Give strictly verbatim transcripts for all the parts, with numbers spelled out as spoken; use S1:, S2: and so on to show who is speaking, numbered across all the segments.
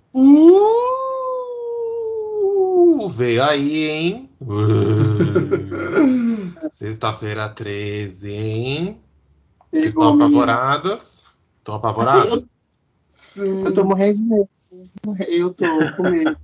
S1: Uh, veio aí, hein? Uh, sexta-feira treze, hein? Vocês estão
S2: Chegou, menino.
S1: apavoradas? Estão apavoradas?
S2: Eu, eu tô
S3: Sim.
S2: morrendo de medo. Eu tô com medo.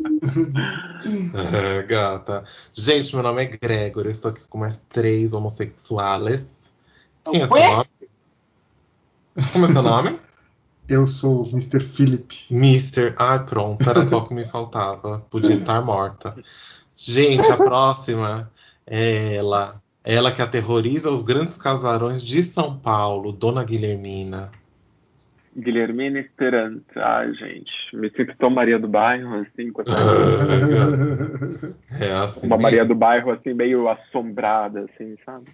S1: É, gata. Gente, meu nome é Gregor. Eu estou aqui com mais três homossexuais. Quem é seu
S2: Ué?
S1: nome? Como é seu nome?
S3: Eu sou o mister Philip.
S1: Mister Ai, pronto. Era só o que me faltava. Podia estar morta. Gente, a próxima é ela. Ela que aterroriza os grandes casarões de São Paulo, Dona Guilhermina.
S4: Guilhermina Esperança. Ai, gente, me sinto tão Maria do Bairro, assim, com essa
S1: Ah, gata. É assim
S4: uma Maria do
S1: mesmo.
S4: Bairro, assim, meio assombrada, assim, sabe?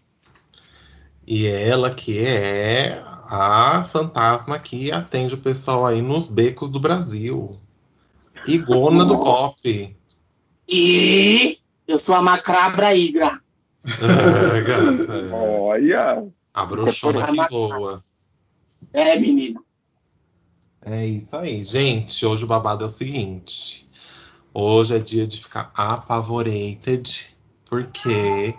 S1: E ela que é a fantasma que atende o pessoal aí nos becos do Brasil. Igona do
S2: Oh.
S1: pop.
S2: E eu sou a macabra Igra.
S1: Ah, gata. É.
S4: Olha,
S1: A bruxona
S4: incorporou.
S2: A
S1: que
S2: ma...
S1: voa.
S2: É, menina.
S1: É isso aí. Gente, hoje o babado é o seguinte. Hoje é dia de ficar apavorated, porque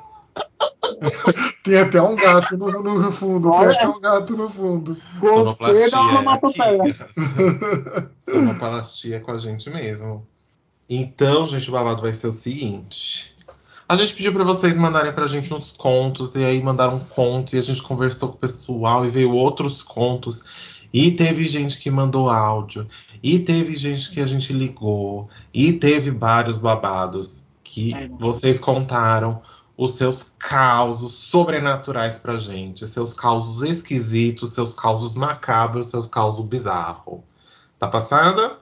S3: Tem até um gato no, no fundo. Tem até
S2: Olha,
S3: um gato no fundo.
S2: gostei da
S1: sonoplastia é aqui,
S2: onomatopeia.
S1: gata. Sonoplastia é com a gente mesmo. Então, gente, o babado vai ser o seguinte. A gente pediu pra vocês mandarem pra gente uns contos, e aí mandaram um conto, e a gente conversou com o pessoal, e veio outros contos. E teve gente que mandou áudio, e teve gente que a gente ligou, e teve vários babados que
S2: É,
S1: vocês contaram os seus causos sobrenaturais pra gente, seus causos esquisitos, seus causos macabros, seus causos bizarros. Tá passada?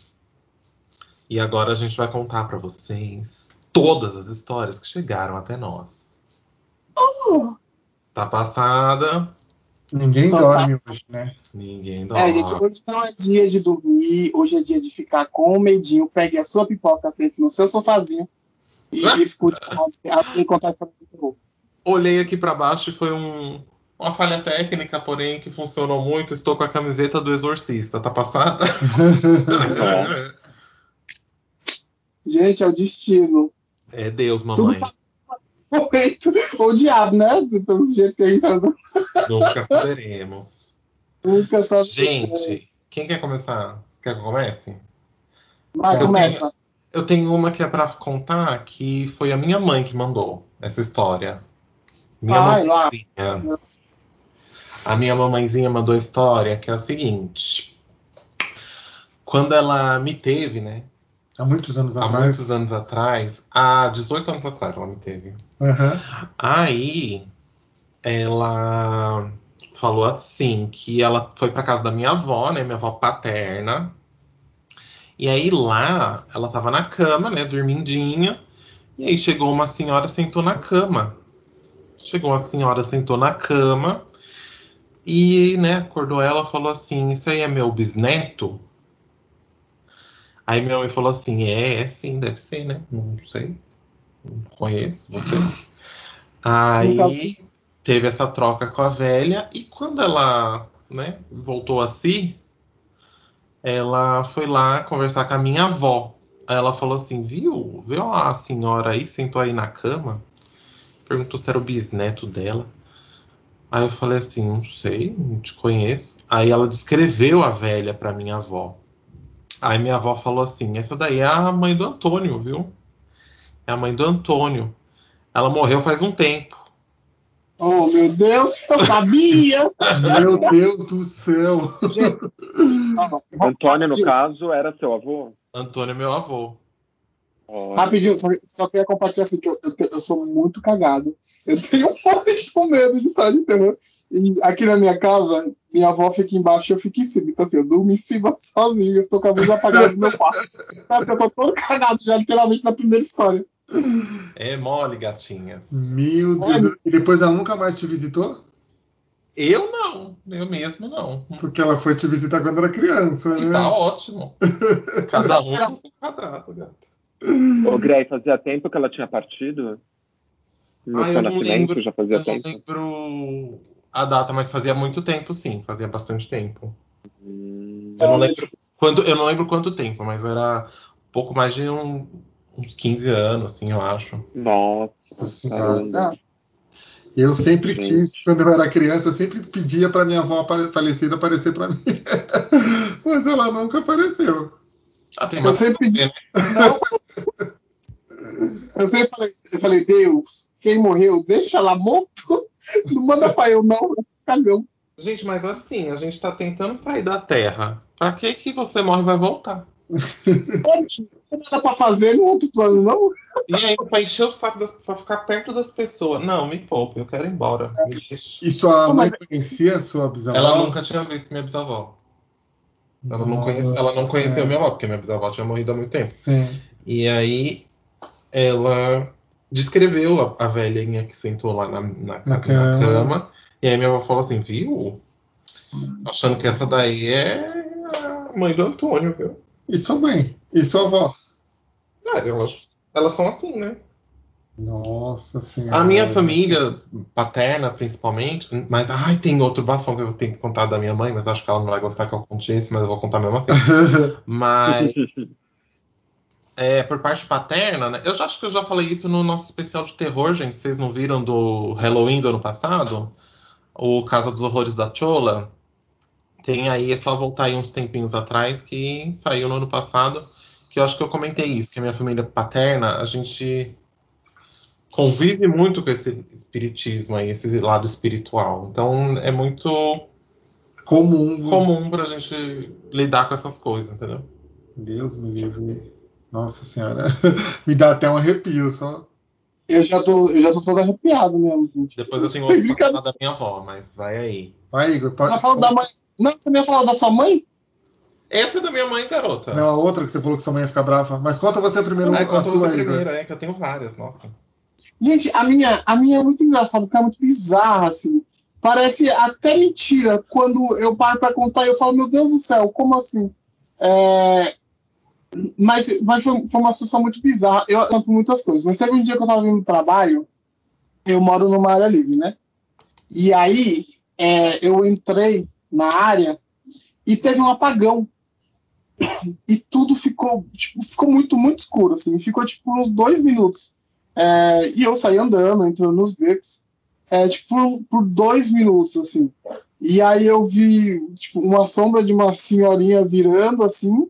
S1: E agora a gente vai contar pra vocês todas as histórias que chegaram até nós.
S2: uh,
S1: Tá passada?
S3: Ninguém
S2: tô
S3: dorme
S2: passando.
S3: hoje, né?
S1: Ninguém
S2: É, gente,
S1: dorme.
S2: hoje não é dia de dormir, hoje é dia de ficar com medinho. Pegue a sua pipoca feita no seu sofazinho e escute alguém contar a história do terror.
S1: Olhei aqui pra baixo e foi um, uma falha técnica, porém que funcionou muito. Estou com a camiseta do Exorcista. Tá passada?
S4: Ó,
S2: Gente, é o destino.
S1: É Deus,
S2: Tudo
S1: mamãe.
S2: para feito. Ou o diabo, né? Pelo jeito que a gente tá andando.
S1: Nunca saberemos.
S2: Nunca sabe.
S1: Gente, quem quer começar? Quer que eu comece?
S2: Vai,
S1: Eu tenho,
S2: começa.
S1: eu tenho uma que é pra contar que foi a minha mãe que mandou essa história. Minha
S2: Vai lá.
S1: mamãezinha. A minha mamãezinha mandou a história que é a seguinte. Quando ela me teve, né?
S3: Há muitos anos
S1: Há muitos
S3: atrás.
S1: anos atrás, há dezoito anos atrás ela me teve.
S3: Aham.
S1: Aí ela falou assim que ela foi pra casa da minha avó, né? Minha avó paterna. E aí lá ela tava na cama, né? Dormindinha. E aí chegou uma senhora, sentou na cama. Chegou uma senhora, sentou na cama. E, né, acordou ela e falou assim: Isso aí é meu bisneto? Aí minha mãe falou assim: É, é sim, deve ser, né? Não sei, não conheço você.
S2: Nunca
S1: Aí teve essa troca com a velha, e quando ela, né, voltou a si, ela foi lá conversar com a minha avó. Aí ela falou assim: Viu? Viu a senhora aí, sentou aí na cama? Perguntou se era o bisneto dela. Aí eu falei assim: Não sei, não te conheço. Aí ela descreveu a velha pra minha avó. Aí minha avó falou assim: Essa daí é a mãe do Antônio, viu? É a mãe do Antônio. Ela morreu faz um tempo.
S2: Oh, meu Deus, eu sabia!
S3: Meu Deus do céu.
S2: Gente, ó,
S4: Antônio, no
S2: rapidinho,
S4: caso, era seu avô?
S1: Antônio é meu avô.
S4: Olha.
S2: rapidinho, só, só queria compartilhar assim, que eu, eu, te- eu sou muito cagado. Eu tenho muito medo de história de terror. E aqui na minha casa, minha avó fica embaixo e eu fico em cima. Então, assim, eu durmo em cima sozinho, eu estou com a luz apagada no meu quarto. Sabe, eu sou todo cagado já, literalmente, na primeira história.
S1: É mole, gatinhas.
S3: Meu
S2: É,
S3: Deus. E depois ela nunca mais te visitou?
S1: Eu não, eu mesmo não.
S3: Porque ela foi te visitar quando era criança,
S1: E tá
S3: né?
S1: ótimo. Cada um no seu quadrado, gata.
S4: Ô, Grey, fazia tempo que ela tinha partido? No
S1: Ah,
S4: seu
S1: eu não
S4: nascimento
S1: lembro,
S4: já fazia
S1: eu não
S4: tempo?
S1: lembro a data, mas fazia muito tempo, sim. Fazia bastante tempo.
S4: Hum.
S1: Eu não lembro quando, eu não lembro quanto tempo, mas era um pouco mais de um, uns quinze anos, assim, eu acho.
S4: Nossa
S3: Senhora.
S4: caramba.
S3: Eu sempre
S4: Gente.
S3: quis, quando eu era criança, eu sempre pedia pra minha avó apare- falecida aparecer pra mim. Mas ela nunca apareceu.
S1: Ah, tem
S2: Eu
S1: mais
S2: sempre pedi.
S1: né?
S2: Não, eu sempre falei, eu falei, Deus, quem morreu, deixa lá morto. Não manda pra eu, não. Cagão.
S1: Gente, mas assim, a gente tá tentando sair da Terra. Pra que que você morre e vai voltar?
S2: Não tem nada pra fazer no outro plano, não.
S1: E aí, pra encher o saco, das, pra ficar perto das pessoas. Não, me poupe, eu quero ir embora. Me deixa.
S3: E sua
S2: Não,
S3: mãe
S2: mas
S3: conhecia a sua bisavó?
S1: Ela nunca tinha visto minha bisavó. Ela não, conhece, ela não conheceu minha avó, porque minha bisavó tinha morrido há muito tempo.
S3: Sim.
S1: E aí, ela descreveu a, a velhinha que sentou lá na, na,
S3: Na
S1: na
S3: cama.
S1: cama. E aí minha avó falou assim, viu? Achando que essa daí é a mãe do Antônio, viu?
S3: E sua mãe? E sua avó?
S1: Ah, elas, elas são assim, né?
S3: Nossa
S1: A minha
S3: senhora.
S1: família paterna, principalmente, mas ai, tem outro bafão que eu tenho que contar da minha mãe, mas acho que ela não vai gostar que eu conte esse, mas eu vou contar mesmo assim. Mas é, por parte paterna, né? Eu já acho que eu já falei isso no nosso especial de terror, gente. Vocês não viram do Halloween do ano passado? O Casa dos Horrores da Chola? Tem aí, é só voltar aí uns tempinhos atrás, que saiu no ano passado, que eu acho que eu comentei isso, que a minha família paterna, a gente convive muito com esse espiritismo aí, esse lado espiritual. Então é muito
S3: Comum.
S1: comum pra gente lidar com essas coisas, entendeu?
S3: Deus me livre. Nossa senhora. Me dá até um arrepio só.
S2: eu já tô, eu já tô todo arrepiado mesmo, gente.
S1: Depois eu tenho
S2: Sem
S1: outro pra
S2: brincadeira.
S1: contar da minha avó, mas vai aí.
S3: Vai, Igor.
S2: Você
S3: Pode...
S2: ia falar da mãe. Não, você não ia falar da sua mãe?
S1: Essa é da minha mãe, garota.
S3: Não, a outra que você falou que sua mãe ia ficar brava. Mas conta você primeiro
S1: Ah,
S3: a
S1: conta
S3: sua,
S1: você
S3: Igor.
S1: primeiro, é que eu tenho várias, nossa.
S2: Gente, a minha, a minha é muito engraçada, porque é muito bizarra, assim. Parece até mentira quando eu paro pra contar e eu falo, meu Deus do céu, como assim? É, Mas, mas foi, foi uma situação muito bizarra. Eu amo muitas coisas. Mas teve um dia que eu tava vindo do trabalho, eu moro numa área livre, né? E aí é, eu entrei na área e teve um apagão. E tudo ficou, tipo, ficou muito, muito escuro, assim. Ficou, tipo, uns dois minutos. É, e eu saí andando, entrando nos becos, é, tipo, por, por dois minutos, assim. E aí eu vi, tipo, uma sombra de uma senhorinha virando, assim.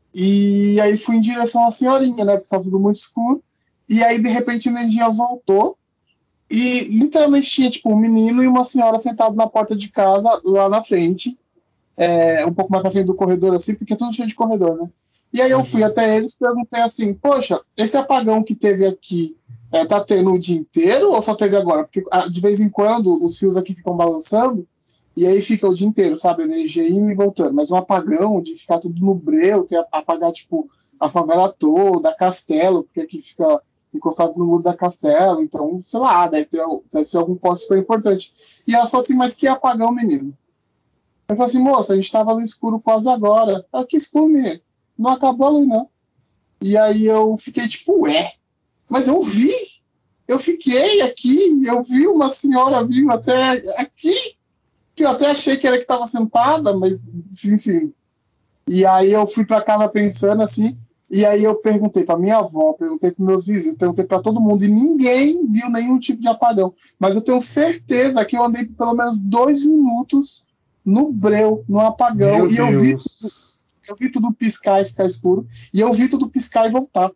S2: E aí fui em direção à senhorinha, né? Porque tava tudo muito escuro. E aí, de repente, a energia voltou. E literalmente tinha, tipo, um menino e uma senhora sentados na porta de casa, lá na frente. É, um pouco mais pra frente do corredor, assim, porque é tudo cheio de corredor, né? E aí eu fui
S1: Uhum.
S2: até eles e perguntei assim, poxa, esse apagão que teve aqui, é, tá tendo o dia inteiro ou só teve agora? Porque ah, de vez em quando os fios aqui ficam balançando e aí fica o dia inteiro, sabe? A energia indo e voltando. Mas um apagão de ficar tudo no breu, que é apagar, tipo, a favela toda, a Castelo, porque aqui fica encostado no muro da Castelo. Então, sei lá, deve, ter, deve ser algum ponto super importante. E ela falou assim, mas que apagão, menino? Eu falei assim, moça, a gente tava no escuro quase agora. Ela, que escuro, menino? Não acabou a luz, não. E aí eu fiquei tipo, ué, mas eu vi. Eu fiquei aqui, eu vi uma senhora vindo até aqui, que eu até achei que era que estava sentada, mas enfim. E aí eu fui para casa pensando assim, e aí eu perguntei para minha avó, perguntei para meus vizinhos, perguntei para todo mundo, e ninguém viu nenhum tipo de apagão. Mas eu tenho certeza que eu andei por pelo menos dois minutos no breu, no apagão,
S3: Meu
S2: e eu vi,
S3: Deus.
S2: eu vi tudo piscar e ficar escuro, e eu vi tudo piscar e voltar.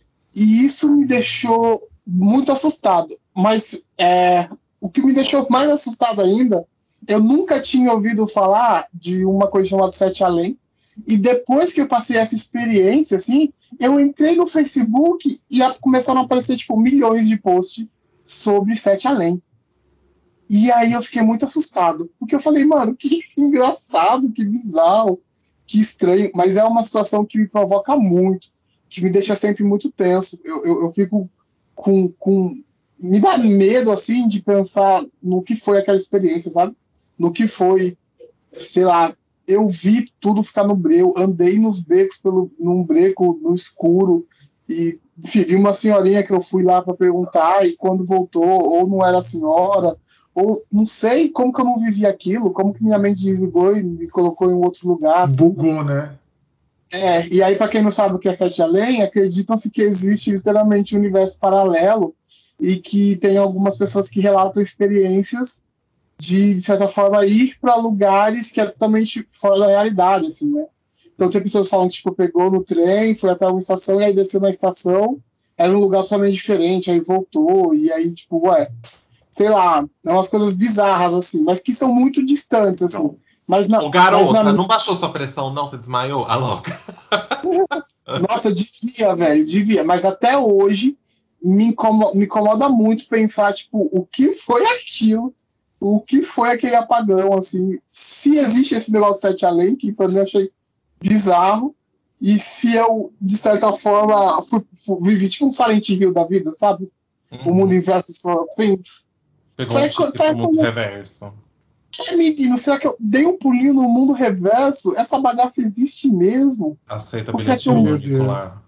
S2: E isso me deixou muito assustado. Mas é, o que me deixou mais assustado ainda, eu nunca tinha ouvido falar de uma coisa chamada Sete Além. E depois que eu passei essa experiência, assim, eu entrei no Facebook e a, começaram a aparecer tipo, milhões de posts sobre Sete Além. E aí eu fiquei muito assustado. Porque eu falei, mano, que engraçado, que bizarro, que estranho. Mas é uma situação que me provoca muito, que me deixa sempre muito tenso. Eu, eu, eu fico com, com. Me dá medo, assim, de pensar no que foi aquela experiência, sabe? No que foi, sei lá, eu vi tudo ficar no breu, andei nos becos, pelo, num breco no escuro, e enfim, vi uma senhorinha que eu fui lá para perguntar, e quando voltou, ou não era a senhora, Ou não sei como que eu não vivi aquilo, como que minha mente desligou e me colocou em outro lugar. Assim.
S3: Bugou, né?
S2: É, e aí, para quem não sabe o que é Sete Além, acreditam-se que existe literalmente um universo paralelo e que tem algumas pessoas que relatam experiências de, de certa forma, ir para lugares que é totalmente fora da realidade, assim, né? Então tem pessoas que falam que, tipo, pegou no trem, foi até uma estação, e aí desceu na estação, era um lugar totalmente diferente, aí voltou, e aí, tipo, ué, sei lá, é umas coisas bizarras, assim, mas que são muito distantes, assim.
S4: Não.
S2: Mas na,
S1: Ô,
S2: mas
S1: garota,
S2: na
S1: não baixou sua pressão, não? Você desmaiou? A louca.
S2: Nossa, devia, velho, devia. Mas até hoje me incomoda, me incomoda muito pensar, tipo, o que foi aquilo, o que foi aquele apagão, assim. Se existe esse negócio de Sete Além, que pra mim eu achei bizarro, e se eu, de certa forma, fui, fui, vivi tipo um Silent Hill da vida, sabe? O mundo
S1: Uhum.
S2: inverso só things.
S1: Pegou um ticket pro mundo reverso.
S2: É, menino, será que eu dei um pulinho no mundo reverso? Essa bagaça existe mesmo?
S1: Aceita
S2: Ou será que
S1: bilhete
S2: eu,
S1: único lá.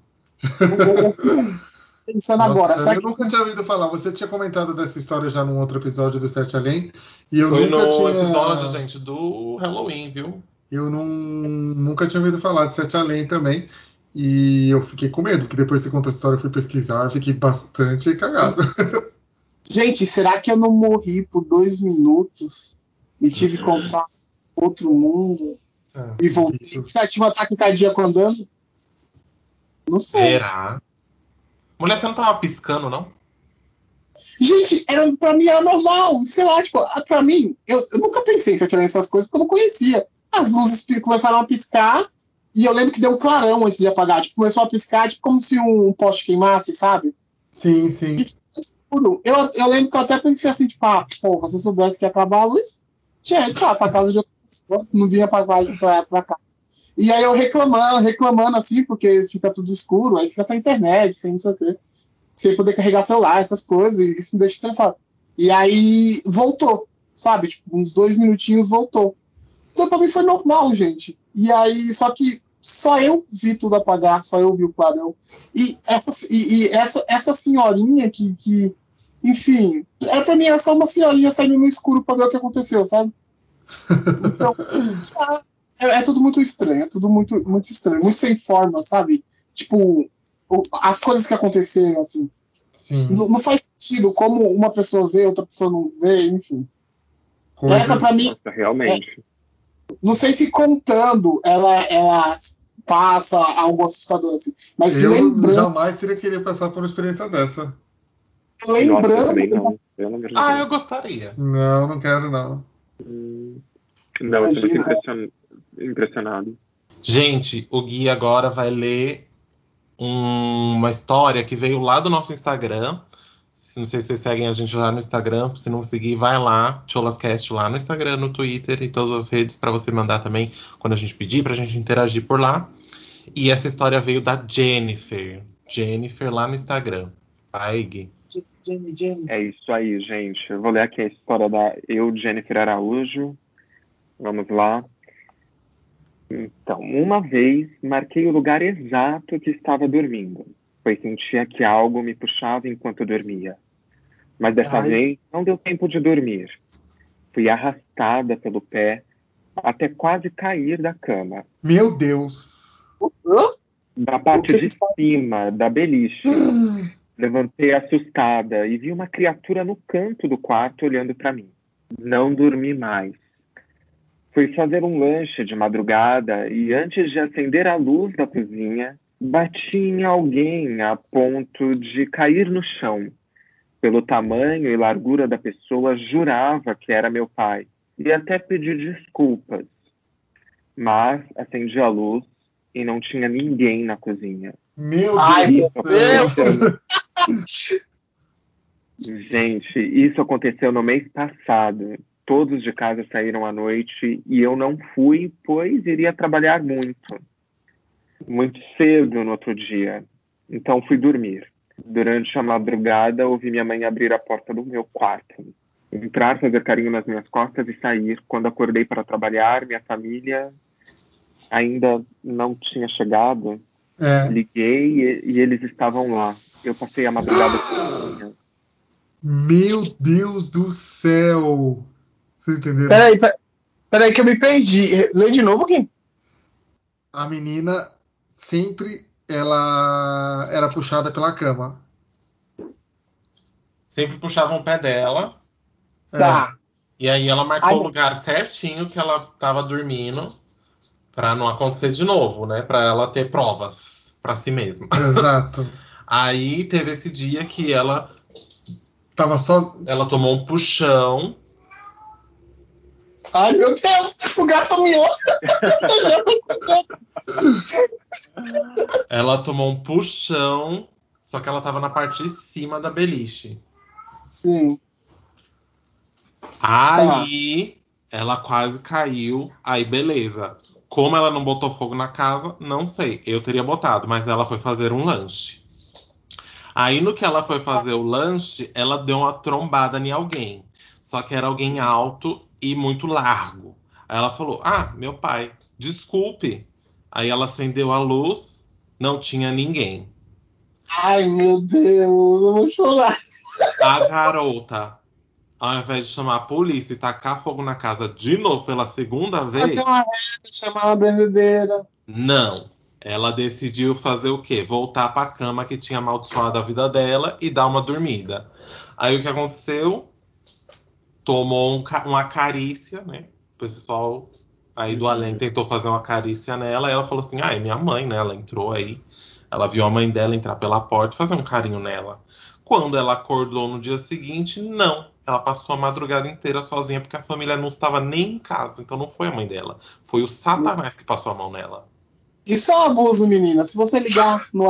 S2: pensando agora,
S3: Nossa,
S2: será
S3: eu
S2: que
S3: nunca tinha ouvido falar. Você tinha comentado dessa história já num outro episódio do Sete Além, e eu
S1: Foi
S3: nunca
S1: no
S3: tinha.
S1: episódio, gente, do Halloween, viu?
S3: Eu não, nunca tinha ouvido falar de Sete Além também. E eu fiquei com medo, porque depois que você conta a história, eu fui pesquisar, eu fiquei bastante cagado.
S2: gente, será que eu não morri por dois minutos e tive contato com outro mundo
S1: Ah,
S2: e voltei?
S3: Isso.
S2: Será que tive um ataque cardíaco andando? Não sei.
S1: será? Mulher, você não tava piscando, não?
S2: Gente, era, pra mim era normal. Sei lá, tipo, pra mim, eu, eu nunca pensei em se atirar nessas coisas porque eu não conhecia. As luzes pi- começaram a piscar e eu lembro que deu um clarão antes de apagar. Tipo, começou a piscar, tipo, como se um poste queimasse, sabe?
S3: Sim, sim.
S2: Escuro. Eu, eu lembro que eu até pensei assim, tipo, ah, porra, se eu soubesse que ia acabar a luz, tinha ido lá pra casa de outra pessoa, não vinha pra, pra, pra cá. E aí eu reclamando, reclamando assim, porque fica tudo escuro, aí fica sem internet, sem não sei o quê, sem poder carregar celular, essas coisas, e isso me deixa estressado. E aí voltou, sabe? Tipo, uns dois minutinhos voltou. Então pra mim foi normal, gente. E aí, só que só eu vi tudo apagar, só eu vi o clarão. E essa, e, e essa, essa senhorinha que, que, enfim, é, pra mim era só uma senhorinha saindo no escuro pra ver o que aconteceu, sabe? Então, é, é tudo muito estranho, é tudo muito, muito estranho, muito sem forma, sabe? Tipo, o- as coisas que aconteceram, assim,
S3: Sim.
S2: não, não faz sentido como uma pessoa vê, outra pessoa não vê, enfim.
S3: Coisas...
S2: Essa pra mim,
S4: Nossa, realmente.
S2: não sei se contando ela, ela passa algo assustador, assim, mas
S3: Eu
S2: lembrando,
S3: jamais teria querido passar por uma experiência dessa.
S4: Nossa, eu
S2: lembrando,
S4: também não. Pelo amor de
S1: Ah,
S4: Deus.
S1: eu gostaria.
S3: Não, não quero, não.
S4: Hum, Não, eu tô muito
S2: imagina,
S4: impression... impressionado.
S1: Gente, o Gui agora vai ler um- uma história que veio lá do nosso Instagram. Se- Não sei se vocês seguem a gente lá no Instagram. Se não seguir, vai lá, Cholascast lá no Instagram, no Twitter e todas as redes para você mandar também quando a gente pedir, pra gente interagir por lá. E essa história veio da Jennifer. Jennifer lá no Instagram. Vai, Gui.
S2: Jenny, Jenny.
S4: É isso aí, gente. Eu vou ler aqui a história da eu, Jennifer Araújo. Vamos lá. Então, uma vez marquei o lugar exato que estava dormindo, pois sentia que algo me puxava enquanto dormia. Mas dessa
S2: Ai,
S4: vez não deu tempo de dormir. Fui arrastada pelo pé até quase cair da cama.
S3: Meu Deus.
S2: hã?
S4: Da
S2: O
S4: parte
S2: que que
S4: de
S2: está?
S4: cima da beliche, levantei assustada e vi uma criatura no canto do quarto olhando para mim. Não dormi mais. Fui fazer um lanche de madrugada e, antes de acender a luz da cozinha, bati em alguém a ponto de cair no chão. Pelo tamanho e largura da pessoa, jurava que era meu pai e até pedi desculpas. Mas acendi a luz e não tinha ninguém na cozinha.
S3: Meu
S2: Ai,
S3: Deus
S2: meu
S4: Isso
S3: do céu.
S2: Deus!
S4: aconteceu. Gente, isso aconteceu no mês passado. Todos de casa saíram à noite e eu não fui, pois iria trabalhar muito, muito cedo no outro dia. Então fui dormir. Durante a madrugada, ouvi minha mãe abrir a porta do meu quarto, entrar, fazer carinho nas minhas costas e sair. Quando acordei para trabalhar, minha família ainda não tinha chegado.
S3: É.
S4: Liguei e, e eles estavam lá. Eu passei a madrugada sozinha.
S3: Meu Deus do céu! Vocês entenderam?
S2: Peraí, pe- peraí que eu me perdi. Lê de novo aqui.
S3: A menina sempre ela era puxada pela cama.
S1: Sempre puxavam o pé dela.
S3: É,
S2: Tá.
S1: E aí ela
S2: Ai,
S1: marcou o lugar certinho que ela tava dormindo. Pra não acontecer de novo, né? Pra ela ter provas pra si mesma.
S3: exato.
S1: Aí teve esse dia que ela,
S3: Tava só.
S1: ela tomou um puxão.
S2: ai, meu Deus, o gato miou.
S1: Ela tomou um puxão. Só que ela tava na parte de cima da beliche.
S2: Sim, tá.
S1: Aí ela quase caiu. Aí beleza. Como ela não botou fogo na casa, não sei. Eu teria botado, mas ela foi fazer um lanche. Aí no que ela foi fazer o lanche, ela deu uma trombada em alguém. Só que era alguém alto e muito largo. Aí ela falou: Ah, meu pai, desculpe. Aí ela acendeu a luz, não tinha ninguém.
S2: Ai, meu Deus, eu vou chorar.
S1: A garota, ao invés de chamar a polícia e tacar fogo na casa de novo pela segunda
S2: Fazer
S1: vez,
S2: uma reta, chamar uma benzedeira.
S1: não. Ela decidiu fazer o quê? Voltar para a cama que tinha amaldiçoado a vida dela e dar uma dormida. Aí o que aconteceu? Tomou um ca- uma carícia, né? O pessoal aí do além tentou fazer uma carícia nela. E ela falou assim: Ah, é minha mãe, né? Ela entrou aí. Ela viu a mãe dela entrar pela porta e fazer um carinho nela. Quando ela acordou no dia seguinte, não. Ela passou a madrugada inteira sozinha porque a família não estava nem em casa. Então não foi a mãe dela. Foi o Satanás que passou a mão nela.
S2: Isso é um abuso, menina. Se você ligar no.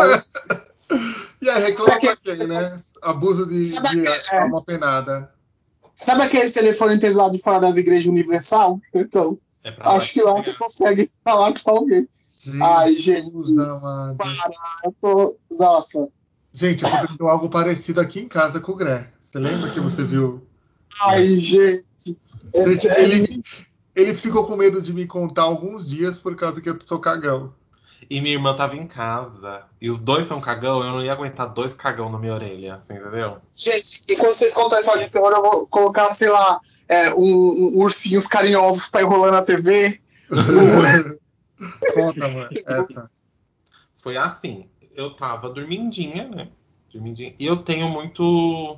S3: E aí,
S2: Sabe
S3: reclama pra
S2: aquele,
S3: quem, né? Abuso de,
S2: sabe
S3: de
S2: aquele, é,
S3: alma penada.
S2: sabe aquele telefone que tem lá de fora das igrejas universal? Então,
S1: É pra lá
S2: acho
S1: que
S2: que lá você
S1: pegar.
S2: consegue falar com alguém. Ai, gente,
S3: Jesus amado.
S2: para, eu tô. Nossa.
S3: Gente, aconteceu algo parecido aqui em casa com o Gré. Você lembra que você viu?
S2: Ai, gente.
S3: Gente,
S2: É, é,
S3: ele, ele ficou com medo de me contar alguns dias por causa que eu sou cagão.
S1: E minha irmã tava em casa. E os dois são cagão. Eu não ia aguentar dois cagão na minha orelha. Você entendeu?
S2: gente, e quando vocês contam a história de terror, eu vou colocar, sei lá, é, um, um ursinhos carinhosos pra enrolar na T V.
S3: Conta, amor, essa.
S1: Foi assim. Eu tava dormindinha, né? Dormindinha. E eu tenho muito.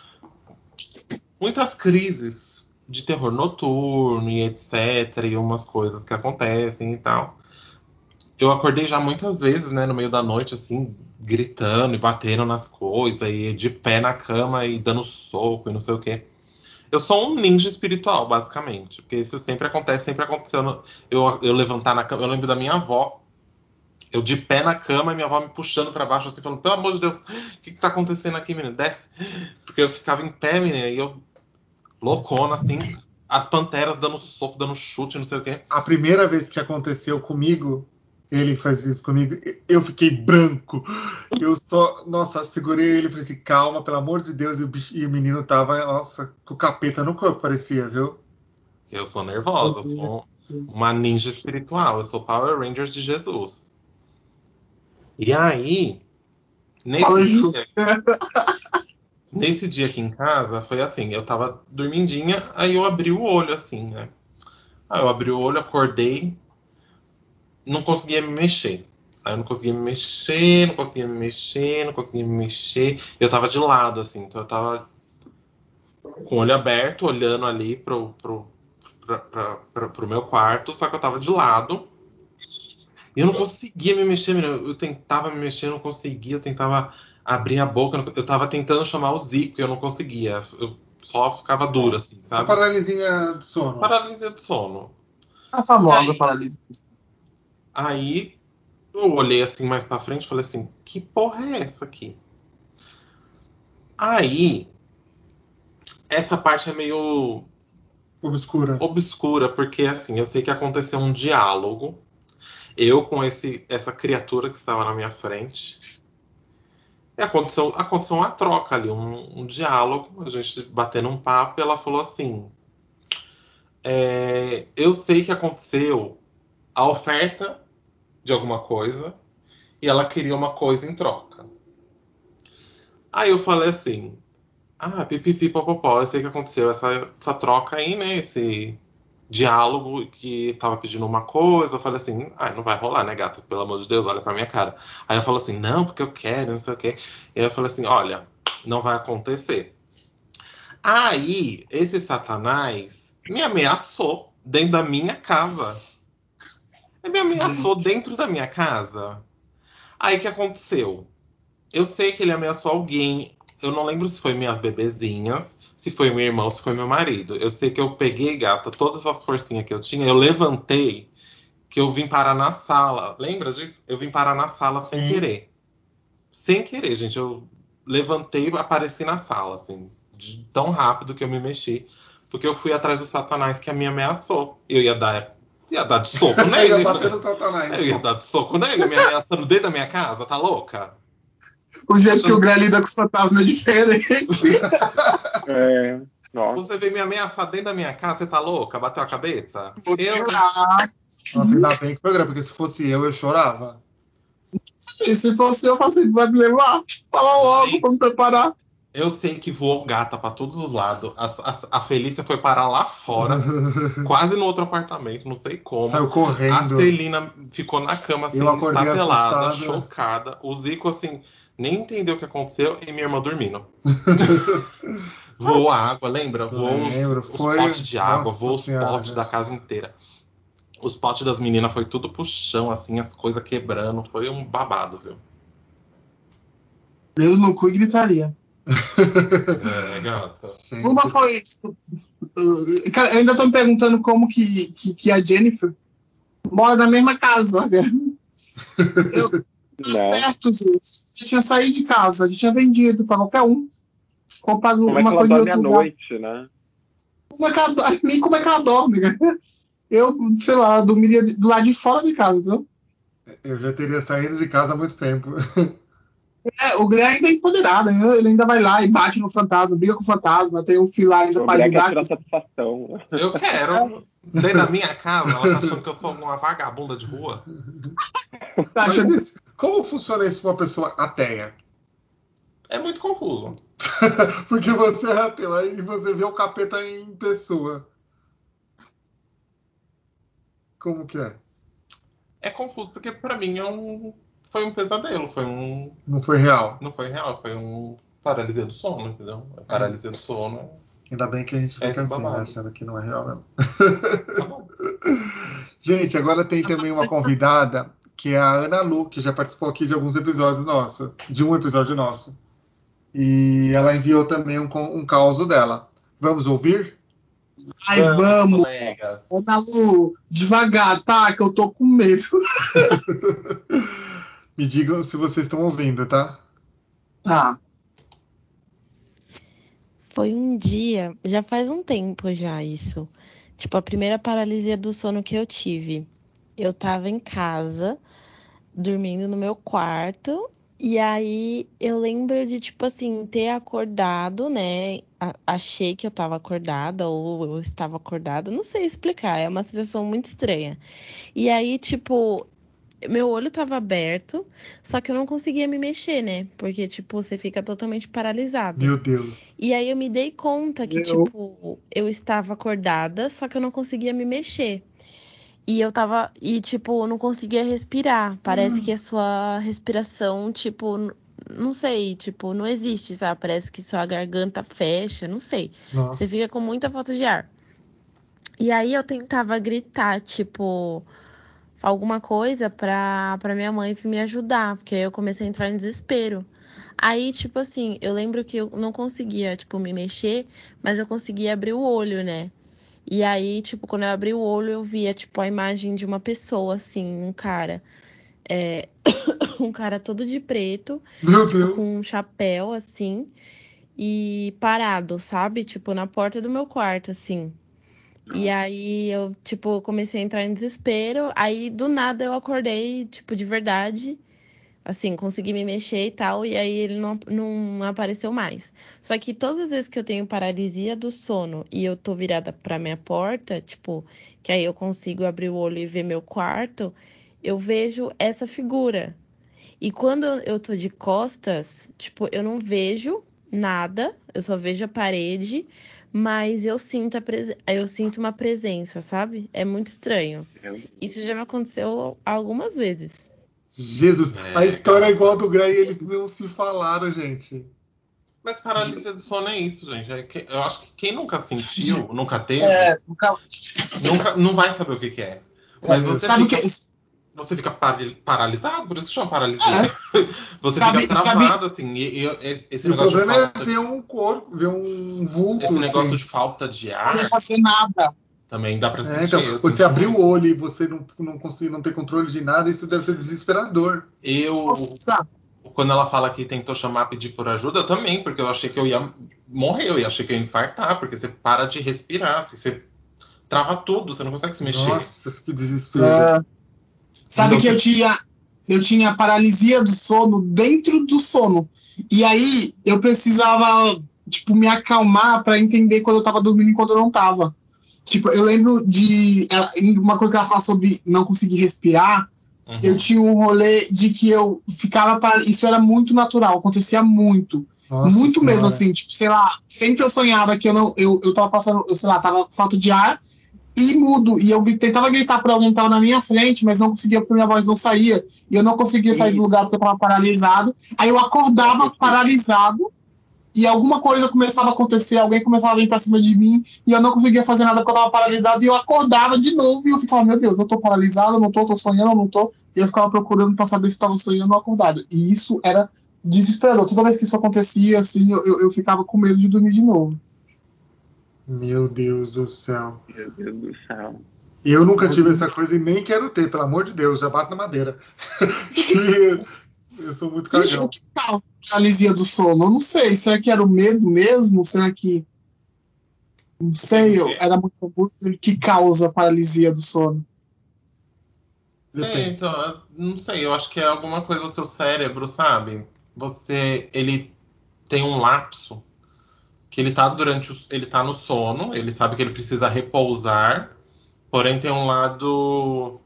S1: Muitas crises de terror noturno e etc. E umas coisas que acontecem e tal. Eu acordei já muitas vezes, né, no meio da noite, assim, gritando e batendo nas coisas, e de pé na cama e dando soco e não sei o quê. Eu sou um ninja espiritual, basicamente. Porque isso sempre acontece, sempre aconteceu. no- Eu, eu levantar na cama. Eu lembro da minha avó. Eu de pé na cama e minha avó me puxando pra baixo, assim, falando: Pelo amor de Deus, o que que tá acontecendo aqui, menina? Desce. Porque eu ficava em pé, menina, e eu loucona, assim. As panteras dando soco, dando chute, não sei o quê.
S3: A primeira vez que aconteceu comigo, ele faz isso comigo, eu fiquei branco. Eu só, nossa, segurei ele e falei assim, calma, pelo amor de Deus. E o, bicho- e o menino tava, nossa, com o capeta no corpo, parecia, viu?
S1: Eu sou nervosa, eu sou uma ninja espiritual. Eu sou Power Rangers de Jesus. E aí, nesse
S2: Fala junto.
S1: dia, nesse dia aqui em casa, foi assim, eu tava dormindinha, aí eu abri o olho assim, né? Aí eu abri o olho, acordei, não conseguia me mexer. Aí eu não conseguia me mexer, não conseguia me mexer, não conseguia me mexer. Eu tava de lado, assim, então eu tava com o olho aberto, olhando ali pro, pro, pra, pra, pra, pro meu quarto, só que eu tava de lado. E eu não conseguia me mexer, menino. Eu tentava me mexer, eu não conseguia. Eu tentava abrir a boca, eu não- eu tava tentando chamar o Zico e eu não conseguia. Eu só ficava duro, assim,
S3: A
S1: sabe?
S3: paralisinha de sono.
S1: Paralisia do sono.
S2: A
S1: E
S2: famosa
S1: aí,
S2: paralisia.
S1: aí eu olhei assim mais pra frente e falei assim: que porra é essa aqui? Aí, essa parte é meio
S3: Obscura.
S1: obscura, porque assim, eu sei que aconteceu um diálogo. Eu com esse, essa criatura que estava na minha frente. E aconteceu, aconteceu uma troca ali, um, um diálogo, a gente batendo um papo, e ela falou assim: é, eu sei que aconteceu a oferta de alguma coisa e ela queria uma coisa em troca. Aí eu falei assim: Ah, pipipi, popopó, eu sei que aconteceu essa, essa troca aí, né? Esse diálogo que tava pedindo uma coisa, eu falei assim, ah, não vai rolar, né, gata? Pelo amor de Deus, olha pra minha cara. Aí eu falo assim, não, porque eu quero, não sei o quê. E aí eu falei assim, olha, não vai acontecer. Aí, esse Satanás me ameaçou dentro da minha casa. Ele me ameaçou
S2: Gente,
S1: dentro da minha casa. Aí o que aconteceu? Eu sei que ele ameaçou alguém. Eu não lembro se foi minhas bebezinhas, se foi meu irmão, se foi meu marido. Eu sei que eu peguei, gata, todas as forcinhas que eu tinha, eu levantei, que eu vim parar na sala. Lembra disso? Eu vim parar na sala sem
S3: Sim.
S1: querer. Sem querer, gente. Eu levantei e apareci na sala, assim, de tão rápido que eu me mexi. Porque eu fui atrás do Satanás que me ameaçou. Eu ia dar, ia dar de soco
S3: Ia
S1: nele.
S3: bater no
S1: Eu
S3: Satanás.
S1: ia dar de soco nele, me ameaçando dentro da minha casa, tá louca?
S2: o jeito que o
S1: Achando
S2: Greg lida com os fantasmas é diferente.
S4: É, nossa.
S1: Você veio me ameaçar dentro da minha casa, você tá louca? Bateu a cabeça?
S2: Vou
S1: Eu.
S2: tirar.
S3: Nossa, ainda bem que foi grande, porque se fosse eu, eu chorava.
S2: E se fosse eu, passei, vai me levar. Fala logo
S1: Gente,
S2: pra me preparar.
S1: eu sei que voou gata pra todos os lados. A, a, a Felícia foi parar lá fora, quase no outro apartamento, não sei como.
S3: Saiu
S1: A
S3: correndo.
S1: Celina ficou na cama,
S3: Eu
S1: assim,
S3: acordei
S1: estatelada,
S3: assustado.
S1: chocada. O Zico, assim, nem entendeu o que aconteceu e minha irmã dormindo. Voou a água, lembra? Voou os,
S3: Lembro,
S1: os
S3: foi.
S1: potes de água,
S3: Nossa
S1: voou os
S3: senhora,
S1: potes da
S3: gente.
S1: casa inteira. Os potes das meninas foi tudo pro chão, assim, as coisas quebrando. Foi um babado, viu?
S2: Dedo no cu e gritaria.
S1: É, gata.
S2: Uma
S3: Gente,
S2: foi. uh, Cara, ainda estão me perguntando como que, que, que a Jennifer mora na mesma casa. Né? Eu, tá
S4: Né?
S2: certo, gente. A gente tinha saído de casa, a gente tinha vendido para qualquer um, comprado
S4: Como é que
S2: uma
S4: ela
S2: coisa em
S4: dorme à
S2: outro lugar.
S4: noite, né?
S2: Como é que ela, nem como é que ela dorme, né? Eu, sei lá, dormiria do lado de fora de casa, entendeu?
S3: eu já teria saído de casa há muito tempo.
S2: É, o Greg ainda é empoderado, né? Ele ainda vai lá e bate no fantasma, briga com o fantasma, tem um filho lá ainda
S4: O
S2: pra
S4: Greg quer
S2: ajudar.
S4: tirar satisfação.
S1: Eu quero. Dentro da minha casa, ela tá achando que eu sou uma vagabunda de rua.
S2: Tá
S3: Mas
S2: achando
S3: isso, como funciona isso para uma pessoa ateia?
S1: É muito confuso.
S3: Porque você é ateu aí e você vê o capeta em pessoa. Como que é?
S1: É confuso porque pra mim é um. Foi um pesadelo, foi um.
S3: Não foi real.
S1: Não foi real, foi um paralisia do sono, entendeu? A paralisia do sono
S3: Ainda bem que a gente
S1: é
S3: fica
S1: esse
S3: assim, né?
S1: babado.
S3: Achando que não é real mesmo.
S1: Tá bom.
S3: Gente, agora tem também uma convidada, que é a Ana Lu, que já participou aqui de alguns episódios nossos, de um episódio nosso. E ela enviou também um, con- um caos dela. Vamos ouvir?
S2: ai,
S1: Vamos,
S2: vamos,
S1: colegas.
S2: Ana Lu, devagar, tá? Que eu tô com medo.
S3: Me digam se vocês estão ouvindo, tá?
S2: Tá.
S5: Foi um dia, já faz um tempo já isso. Tipo, a primeira paralisia do sono que eu tive. Eu tava em casa, dormindo no meu quarto, e aí eu lembro de, tipo assim, ter acordado, né? A- achei que eu tava acordada, ou eu estava acordada, não sei explicar, é uma sensação muito estranha. E aí, tipo, meu olho tava aberto, só que eu não conseguia me mexer, né? Porque, tipo, você fica totalmente paralisado.
S3: Meu Deus.
S5: E aí eu me dei conta que,
S2: Eu,
S5: tipo, eu estava acordada, só que eu não conseguia me mexer. E eu tava, e, tipo, eu não conseguia respirar. Parece que a sua respiração, tipo, n- não sei, tipo, não existe, sabe? Parece que sua garganta fecha, não sei. Você
S3: Nossa.
S5: fica com muita falta de ar. E aí eu tentava gritar, tipo, alguma coisa pra, pra minha mãe vir me ajudar, porque aí eu comecei a entrar em desespero. Aí, tipo assim, eu lembro que eu não conseguia, tipo, me mexer, mas eu conseguia abrir o olho, né? E aí, tipo, quando eu abri o olho, eu via, tipo, a imagem de uma pessoa, assim, um cara. É, um cara todo de preto,
S3: Meu
S5: tipo,
S3: Deus.
S5: com um chapéu, assim, e parado, sabe? Tipo, na porta do meu quarto, assim. E aí eu, tipo, comecei a entrar em desespero. Aí do nada eu acordei, tipo, de verdade. Assim, consegui me mexer e tal. E aí ele não, não apareceu mais. Só que todas as vezes que eu tenho paralisia do sono e eu tô virada pra minha porta, tipo, que aí eu consigo abrir o olho e ver meu quarto, eu vejo essa figura. E quando eu tô de costas, tipo, eu não vejo nada, eu só vejo a parede, mas eu sinto, a prese... eu sinto uma presença, sabe? É muito estranho. Isso já me aconteceu algumas vezes.
S3: Jesus,
S1: É,
S3: a história é
S1: gata.
S3: igual a do Grey, eles não se falaram, gente.
S1: Mas paralisia do sono é isso, gente. É que- eu acho que quem nunca sentiu, nunca teve,
S2: É, nunca-
S1: nunca, não vai saber o que, que é. Mas você
S2: sabe o
S1: fica,
S2: que?
S1: você fica pari- paralisado, por isso que chama paralisia. Você
S2: Sabe,
S1: fica
S2: sabe,
S1: travado, assim. E, e esse esse
S3: E o
S1: negócio de
S3: problema é
S1: falta
S3: ver
S1: de,
S3: um corpo, ver um vulto,
S1: esse negócio
S3: assim.
S1: de falta de
S2: não poder
S1: ar
S2: fazer nada.
S1: também dá pra
S3: É, então,
S1: sentir. Eu
S3: você
S1: senti
S3: abrir o
S1: muito.
S3: olho e você não, não conseguir, não ter controle de nada, isso deve ser desesperador.
S1: Eu,
S2: Nossa,
S1: quando ela fala que tentou chamar, pedir por ajuda, eu também, porque eu achei que eu ia morrer, eu achei que eu ia infartar, porque você para de respirar, assim, você trava tudo, você não consegue se mexer.
S3: Nossa, que desespero.
S2: é, sabe
S1: Então,
S2: que eu
S1: você-
S2: tinha, eu tinha paralisia do sono dentro do sono. E aí eu precisava, tipo, me acalmar pra entender quando eu tava dormindo e quando eu não tava. Tipo, eu lembro de ela- uma coisa que ela fala sobre não conseguir respirar.
S1: Uhum.
S2: Eu tinha um rolê de que eu ficava para isso era muito natural, acontecia muito,
S3: Nossa
S2: muito mesmo
S3: Senhora.
S2: assim, tipo, sei lá, sempre eu sonhava que eu não eu, eu tava passando, eu, sei lá, tava com falta de ar e mudo, e eu gri- tentava gritar por alguém que tava na minha frente, mas não conseguia porque minha voz não saía, e eu não conseguia sair do lugar porque eu tava paralisado. Aí eu acordava paralisado e alguma coisa começava a acontecer, alguém começava a vir pra cima de mim e eu não conseguia fazer nada porque eu tava paralisado e eu acordava de novo e eu ficava, meu Deus, eu tô paralisado, eu não tô, tô sonhando, eu não tô. E eu ficava procurando pra saber se eu tava sonhando ou acordado. E isso era desesperador. Toda vez que isso acontecia, assim, eu, eu, eu ficava com medo de dormir de novo.
S3: Meu Deus do céu.
S4: Meu Deus do céu.
S3: Eu nunca
S2: Meu
S3: tive
S2: Deus.
S3: essa coisa e nem quero ter, pelo amor de Deus, já bato na madeira. Que eu sou muito
S2: Gente, o
S3: cagão.
S2: que causa paralisia do sono? Eu não sei. Será que era o medo mesmo? Será que. Não sei,
S1: Tem o
S2: eu,
S1: quê?
S2: era muito o que causa paralisia do sono.
S1: É,
S3: Depende.
S1: então, eu não sei, eu acho que é alguma coisa do seu cérebro, sabe? Você, ele tem um lapso que ele tá durante o, ele tá no sono, ele sabe que ele precisa repousar, porém tem um lado,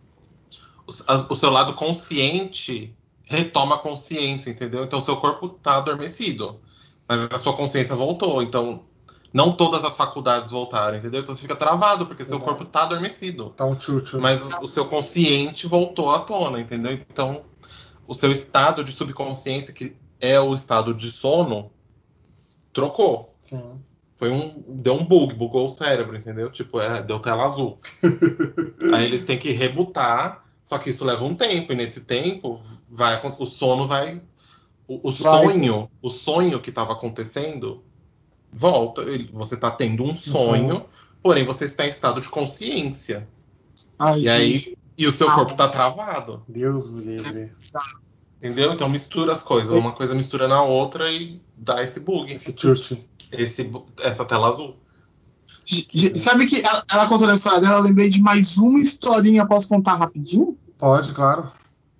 S1: o, a- o seu lado consciente retoma a consciência, entendeu? Então, o seu corpo tá adormecido, mas a sua consciência voltou, então não todas as faculdades voltaram, entendeu? Então você fica travado porque
S3: Sei
S1: seu
S3: lá.
S1: corpo tá adormecido.
S3: Tá um tchutchu.
S1: Mas o seu consciente voltou à tona, entendeu? Então, o seu estado de subconsciência, que é o estado de sono, trocou.
S3: Sim.
S1: Foi um. Deu um bug, bugou o cérebro, entendeu? Tipo, é, deu tela azul. Aí eles têm que rebutar, só que isso leva um tempo, e nesse tempo vai, acon- o sono vai. O, o
S2: Vai.
S1: sonho, o sonho que estava acontecendo, volta. Ele- Você está tendo um
S3: Um sonho.
S1: sonho, porém você está em estado de consciência.
S2: Ai,
S1: E aí,
S2: gente.
S1: e o seu
S2: Ah,
S1: corpo tá travado.
S3: Deus me livre.
S1: Entendeu? Então mistura as coisas, uma coisa mistura na outra e dá esse bug,
S3: Esse tchutchu.
S1: esse, bu- essa tela azul.
S2: G- Sabe que ela, ela contou a história dela, eu lembrei de mais uma historinha, posso contar rapidinho?
S3: Pode, claro.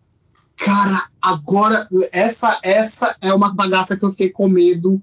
S2: Cara, agora, essa, essa é uma bagaça que eu fiquei com medo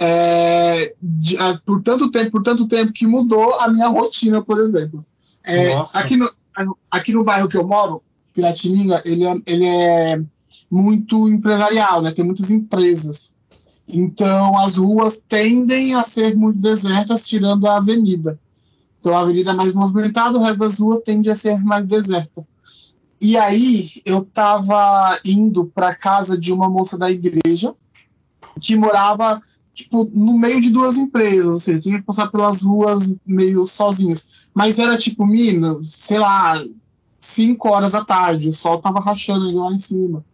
S2: é, de- ah, por tanto tempo, por tanto tempo, que mudou a minha rotina, por exemplo. É,
S3: Nossa.
S2: aqui, no, aqui no bairro que eu moro, Piratininga, ele é, ele é muito empresarial, né? Tem muitas empresas. Então, as ruas tendem a ser muito desertas, tirando a avenida. Então, a avenida é mais movimentada, o resto das ruas tende a ser mais deserta. E aí, eu tava indo para casa de uma moça da igreja que morava, tipo, no meio de duas empresas, ou seja, tinha que passar pelas ruas meio sozinhas. Mas era tipo, mina, sei lá, cinco horas da tarde, o sol tava rachando ali lá em cima.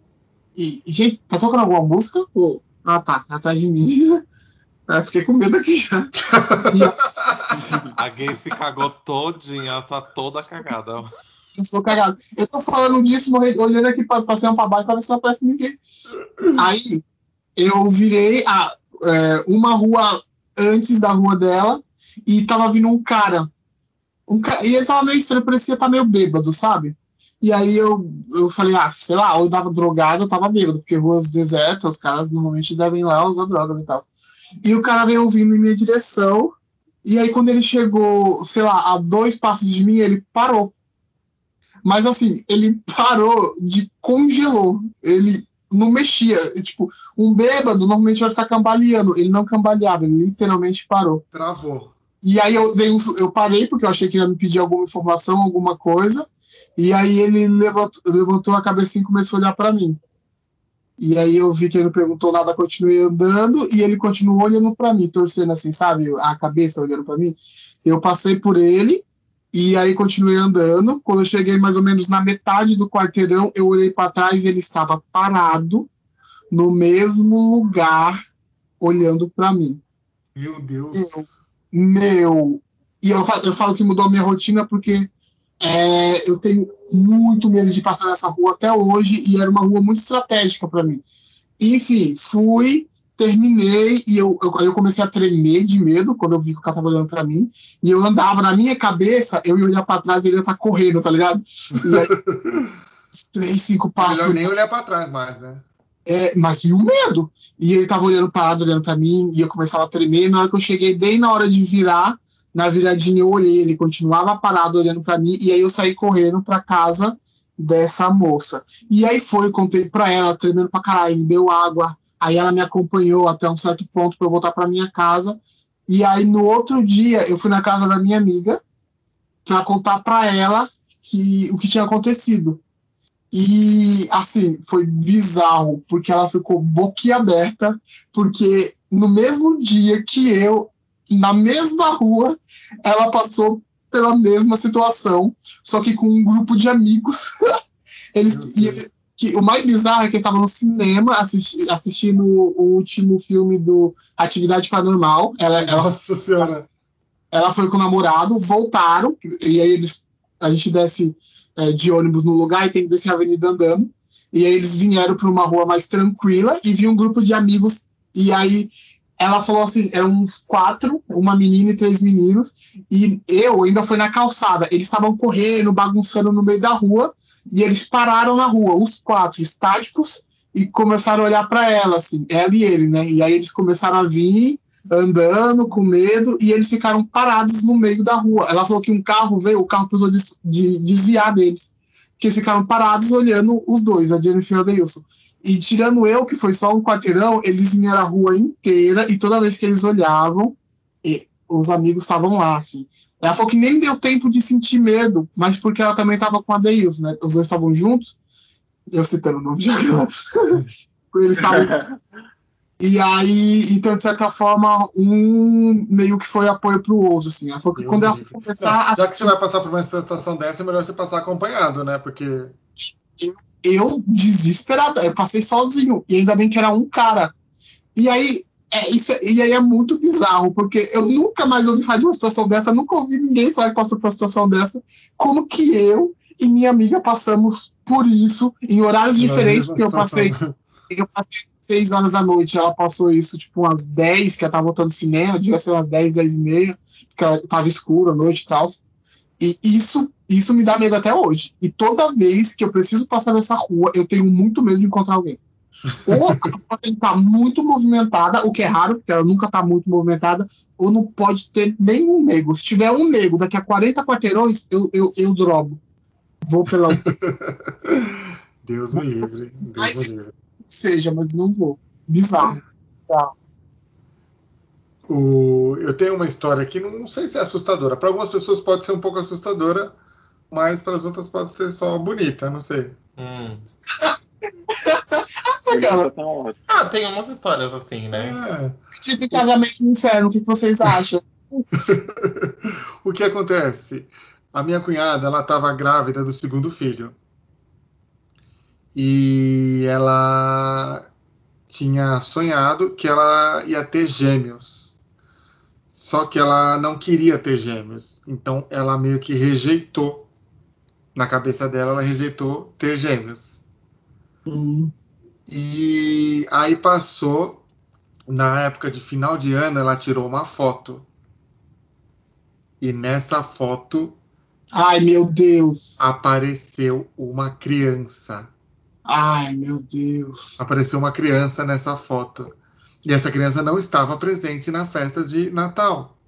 S2: E, gente, tá tocando alguma música? Pô, ah, tá, atrás de mim. Eu fiquei com medo aqui já. E
S1: A gay se cagou todinha, ela tá toda cagada.
S2: eu sou cagado. Eu tô falando disso, morrendo, olhando aqui pra, pra cima pra baixo pra ver se não aparece ninguém. Aí eu virei a, é, uma rua antes da rua dela e tava vindo um cara. Um ca... E ele tava meio estranho, parecia estar meio bêbado, sabe? E aí eu, eu falei, ah, sei lá, ou eu tava drogado ou tava bêbado, porque ruas desertas, os caras normalmente devem ir lá usar droga e tal. E o cara veio vindo em minha direção, e aí quando ele chegou, sei lá, a dois passos de mim, ele parou. Mas assim, ele parou de congelou. Ele não mexia. Tipo, um bêbado normalmente vai ficar cambaleando. Ele não cambaleava, ele literalmente parou.
S3: Travou.
S2: E aí eu, dei um, eu parei, porque eu achei que ele ia me pedir alguma informação, alguma coisa. E aí ele levantou, levantou a cabecinha e começou a olhar pra mim. E aí eu vi que ele não perguntou nada, continuei andando, e ele continuou olhando pra mim, torcendo assim, sabe? A cabeça olhando pra mim. Eu passei por ele, e aí continuei andando. Quando eu cheguei mais ou menos na metade do quarteirão, eu olhei pra trás e ele estava parado, no mesmo lugar, olhando pra mim.
S3: Meu Deus.
S2: Eu, meu... E eu falo, eu falo que mudou a minha rotina porque é, eu tenho muito medo de passar nessa rua até hoje, e era uma rua muito estratégica para mim. Enfim, fui, terminei, e eu, eu, eu comecei a tremer de medo quando eu vi que o cara tava olhando pra mim, e eu andava na minha cabeça, eu ia olhar pra trás e ele ia estar correndo, tá ligado? E aí, três, cinco
S3: É
S2: passos.
S3: melhor nem olhar pra trás mais, né?
S2: É, mas e o medo? E ele tava olhando parado, olhando pra mim, e eu começava a tremer. Na hora que eu cheguei, bem na hora de virar, na viradinha eu olhei, ele continuava parado olhando pra mim, e aí eu saí correndo pra casa dessa moça. E aí foi, eu contei pra ela, tremendo pra caralho, me deu água. Aí ela me acompanhou até um certo ponto pra eu voltar pra minha casa. E aí no outro dia eu fui na casa da minha amiga pra contar pra ela que, o que tinha acontecido. E, assim, foi bizarro, porque ela ficou boquiaberta, porque no mesmo dia que eu, na mesma rua, ela passou pela mesma situação, só que com um grupo de amigos. Eles, e eles, que, o mais bizarro é que eles estavam no cinema assisti, assistindo o último filme do Atividade Paranormal. Ela, ela,
S3: Nossa Senhora.
S2: ela foi com o namorado, voltaram, e aí eles, a gente desce é, de ônibus no lugar e tem que descer a avenida andando. E aí eles vieram para uma rua mais tranquila e vi um grupo de amigos. E aí ela falou assim, eram uns quatro, uma menina e três meninos. E eu ainda fui na calçada. Eles estavam correndo, bagunçando no meio da rua. E eles pararam na rua, os quatro, estáticos, e começaram a olhar para ela, assim, ela e ele, né? E aí eles começaram a vir andando com medo, e eles ficaram parados no meio da rua. Ela falou que um carro veio, o carro precisou de, de, desviar deles, que eles ficaram parados olhando os dois, a Jennifer e o Adeilson. E tirando eu, que foi só um quarteirão, eles vinham a rua inteira, e toda vez que eles olhavam, e os amigos estavam lá, assim. Ela falou que nem deu tempo de sentir medo, mas porque ela também estava com a Adeilson, né? Os dois estavam juntos, eu citando o nome de eles estavam. E aí, então, de certa forma, um meio que foi apoio pro outro, assim. Ela falou que
S3: Deus
S2: quando ela
S3: livre.
S2: foi começar
S3: Não, já
S2: a...
S3: que você vai passar por uma situação dessa, é melhor você passar acompanhado, né? Porque.
S2: Eu, eu desesperada, eu passei sozinho, e ainda bem que era um cara. E aí, é, isso, e aí é muito bizarro, porque eu nunca mais ouvi falar de uma situação dessa, nunca ouvi ninguém falar que passou por uma situação dessa. Como que eu e minha amiga passamos por isso, em horários
S3: Na
S2: diferentes,
S3: mesma
S2: porque eu
S3: situação.
S2: passei, eu passei seis horas da noite, ela passou isso, tipo, umas dez, que ela tava voltando do cinema, devia ser umas dez, dez e meia, porque ela tava escuro à noite e tal. E isso, isso me dá medo até hoje. E toda vez que eu preciso passar nessa rua, eu tenho muito medo de encontrar alguém. Ou a rua tem que estar muito movimentada, o que é raro, porque ela nunca está muito movimentada, ou não pode ter nenhum nego. Se tiver um nego daqui a quarenta quarteirões, eu, eu, eu drobo. Vou pela.
S3: Deus me livre. Deus me livre.
S2: Seja, mas não vou. Bizarro. Tá.
S3: O... Eu tenho uma história aqui, não sei se é assustadora. Para algumas pessoas pode ser um pouco assustadora, mas para as outras pode ser só bonita, não sei.
S1: Hum.
S2: Cara,
S4: Tá ótimo.
S1: Ah, tem umas histórias assim, né?
S3: É.
S2: pedido de casamento no inferno, o que vocês acham?
S3: O que acontece? A minha cunhada, ela estava grávida do segundo filho. E ela tinha sonhado que ela ia ter gêmeos. Só que ela não queria ter gêmeos. Então ela meio que rejeitou. Na cabeça dela, ela rejeitou ter gêmeos.
S2: Hum.
S3: E aí passou, na época de final de ano, ela tirou uma foto. E nessa foto
S2: Ai, meu Deus.
S3: apareceu uma criança.
S2: Ai, meu Deus.
S3: Apareceu uma criança nessa foto. E essa criança não estava presente na festa de Natal.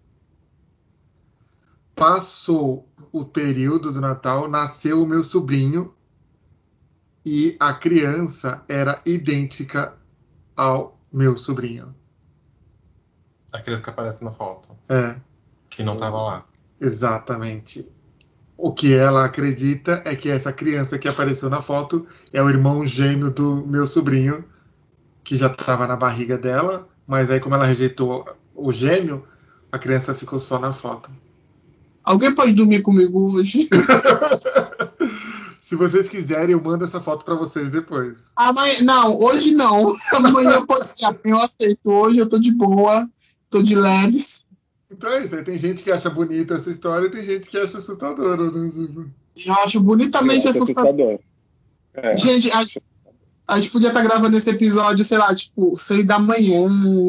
S3: Passou o período do Natal, nasceu o meu sobrinho. e a criança era idêntica ao meu sobrinho.
S1: A criança que aparece na foto,
S3: É,
S1: que não tava lá.
S3: exatamente. O que ela acredita é que essa criança que apareceu na foto é o irmão gêmeo do meu sobrinho, que já estava na barriga dela, mas aí como ela rejeitou o gêmeo, a criança ficou só na foto.
S2: Alguém pode dormir comigo hoje?
S3: Se vocês quiserem, eu mando essa foto para vocês depois.
S2: Amanhã, não, hoje não. Amanhã pode ser. Eu aceito. Hoje eu tô de boa, tô de leves.
S3: Então é isso, aí tem gente que acha bonita essa história e tem gente que acha assustadora, né? Tipo,
S2: Eu acho bonitamente
S4: Eu acho
S2: assustador.
S4: assustador. É.
S2: Gente, a, a gente podia estar gravando esse episódio, sei lá, tipo, seis da manhã.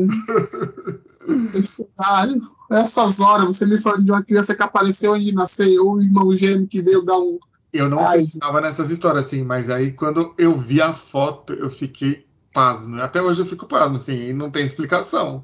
S2: Esse horário. Essas horas, você me falando de uma criança que apareceu onde nasceu, ou um irmão gêmeo que veio dar um.
S3: Eu não
S2: Ai,
S3: pensava nessas histórias assim, mas aí quando eu vi a foto, eu fiquei pasmo. Até hoje eu fico pasmo, assim, e não tem explicação.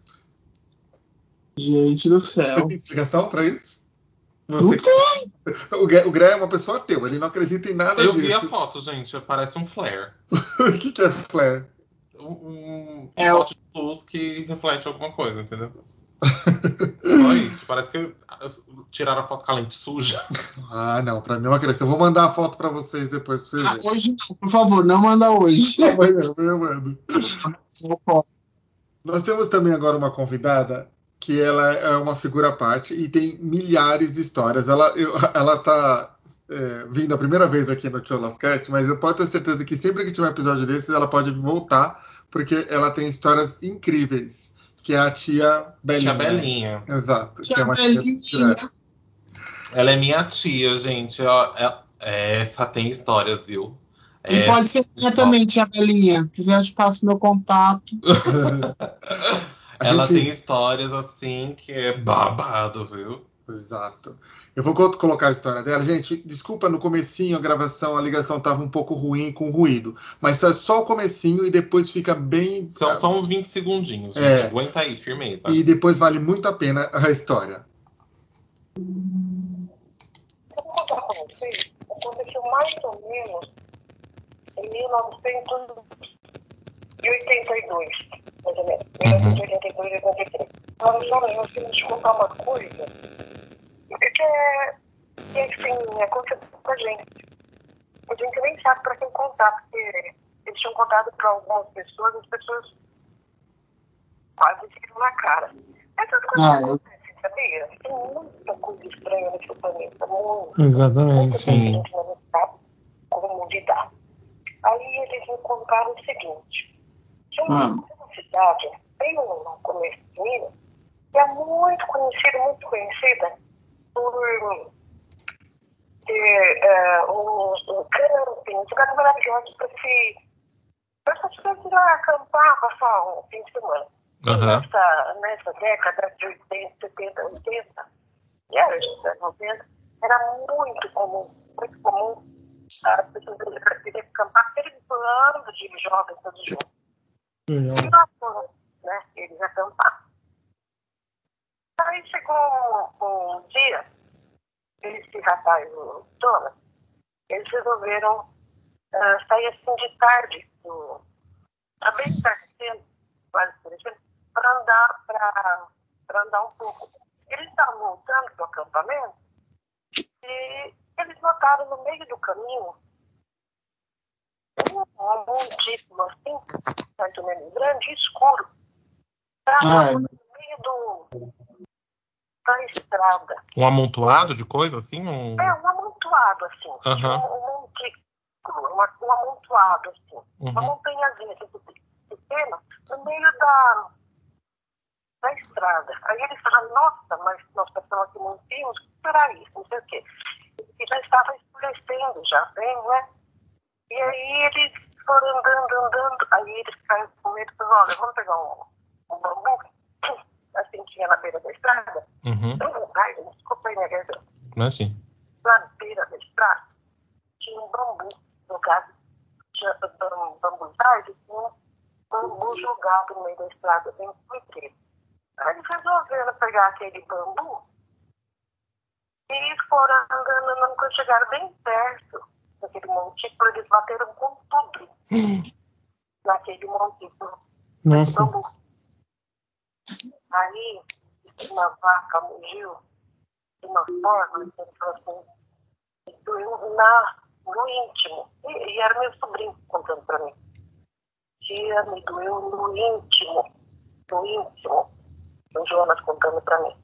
S2: gente do
S3: Você
S2: céu.
S3: tem explicação para isso?
S2: Não
S3: Você...
S2: tem.
S3: O Gré, o Gré é uma pessoa ateu, ele não acredita em nada
S1: Eu
S3: disso.
S1: vi a foto, gente. Parece um flare.
S3: O que, que é flare?
S1: Um, um
S2: É,
S1: pote de luz que reflete alguma coisa, entendeu? Só isso. Parece que tiraram a foto com a lente suja.
S3: Ah, não, pra mim é uma criança. Eu vou mandar a foto pra vocês depois pra vocês
S2: ah,
S3: verem.
S2: hoje não, por favor, não manda hoje.
S3: Amanhã, amanhã eu mando. Nós temos também agora uma convidada que ela é uma figura à parte e tem milhares de histórias. Ela, eu, ela tá é, vindo a primeira vez aqui no Cholascast, mas eu posso ter certeza que sempre que tiver um episódio desses, ela pode voltar, porque ela tem histórias incríveis. Que é a tia Belinha.
S1: Tia Belinha.
S3: Exato. Que é
S2: Tia
S3: uma tia
S2: Belinha.
S1: Ela é minha tia, gente. Ó, é- essa tem histórias, viu?
S2: E
S1: É,
S2: pode ser minha também, tia Belinha. Se quiser, eu te passo meu contato.
S3: A
S1: ela tem
S3: gente.
S1: histórias assim que é babado, viu?
S3: Exato. Eu vou co- colocar a história dela. Gente, desculpa, no comecinho a gravação, a ligação estava um pouco ruim com ruído. Mas é só o comecinho e depois fica bem.
S1: São só uns vinte segundinhos, gente.
S3: É.
S1: Aguenta aí, firmeza.
S3: E depois vale muito a pena a história.
S6: Eu vou contar para vocês, aconteceu mais ou menos em mil novecentos e oitenta e dois, mais ou menos. mil novecentos e oitenta e dois, oitenta e três. Agora, Jorge, eu queria te contar uma coisa que é, que é assim, aconteceu com a gente. A gente nem sabe para quem contar, porque eles tinham contado para algumas pessoas, as pessoas quase ficaram na cara. Essas coisas
S2: Ah,
S6: acontecem, sabia? Tem muita coisa estranha nesse planeta, muito.
S3: Exatamente.
S6: Muita coisa que a gente não sabe como lidar. Aí eles me contaram o seguinte: tinha uma,
S2: Ah.
S6: uma cidade, bem no começo de Minas, que é muito conhecida, muito conhecida por ter uh, um, um camping, um lugar maravilhoso para se para as pessoas ir lá acampar, passar um fim de semana.
S1: Uhum.
S6: Nessa, nessa década de oitenta, setenta, oitenta, e anos noventa, era muito comum, muito comum as pessoas irem acampar, aquele bando de jovens todos juntos. E nós fomos, né, eles acampar. Aí chegou um, um dia, esse rapaz, o Thomas, eles resolveram uh, sair assim de tarde, tá bem tarde, quase parecendo, para andar, para andar um pouco. Eles estavam voltando para o acampamento e eles notaram no meio do caminho um montíssimo assim, mais ou menos grande e escuro, travado no meio do, da estrada.
S1: Um amontoado de coisa, assim? Um...
S6: É, um amontoado, assim.
S1: Uhum.
S6: Um, um montículo, uma, um amontoado, assim.
S1: Uhum.
S6: Uma montanhazinha pequena no meio da, da estrada. Aí eles falaram, nossa, mas nós passamos aqui muito tempo, o que será isso? Não sei o quê. E já estava escurecendo, já bem, né? E aí eles foram andando, andando. Aí eles ficaram com medo e falaram, olha, vamos pegar um, um bambu, assim, tinha na beira da estrada.
S1: Uhum.
S6: Ai, desculpa aí, minha garganta.
S1: Imagina.
S6: Na beira da estrada tinha um bambu, no caso, tinha um bambu tarde, tinha um bambu jogado no meio da estrada, bem inteiro. Aí eles resolveram pegar aquele bambu e foram andando, andando, quando chegaram bem perto daquele montículo, eles bateram com tudo naquele montículo.
S1: Nossa.
S6: Bambu. Aí, uma vaca mugiu de uma forma que ele falou assim, me doeu na, no íntimo. E, e era meu sobrinho contando pra mim. Tia, me doeu no íntimo. No íntimo. O Jonas contando pra mim.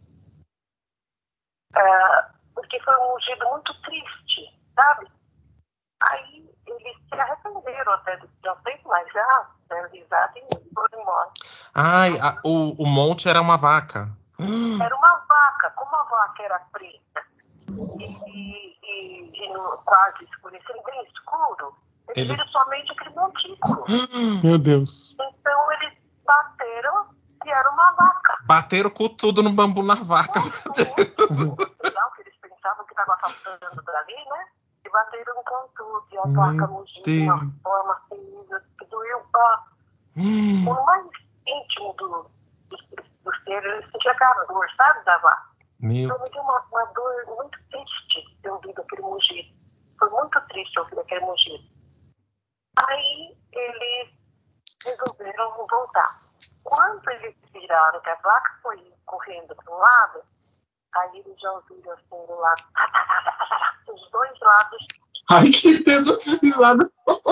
S6: É, porque foi um mugido muito triste, sabe? Aí eles se arrependeram até do que tinham feito, mas já deram risada e foram embora.
S1: Ai, a- o, o monte era uma vaca.
S6: Era uma vaca, como a vaca era preta e, e, e, e no quase escurecendo, bem escuro, eles
S1: Eles-
S6: viram somente aquele montículo.
S1: Meu Deus.
S6: Então eles bateram e era uma vaca.
S1: Bateram com tudo no bambu na vaca.
S6: Sei lá o que eles pensavam que estava faltando dali, né? E bateram com tudo. E a
S1: Meu
S6: vaca mugiu de uma
S1: Deus.
S6: forma ferida, que doeu ah,
S1: Hum,
S6: no mais íntimo do, do, do ser. Ele sentia aquela dor, sabe, da vaca?
S1: Meu.
S6: Então me deu uma, uma dor muito triste de ouvir aquele mugido. Foi muito triste ouvir aquele mugido. Aí eles resolveram voltar. Quando eles viraram que a vaca foi correndo para um lado, aí eles já ouviram assim do lado, tá, tá, tá, tá, tá, tá, dos dois lados,
S2: Ai, que medo desses lados.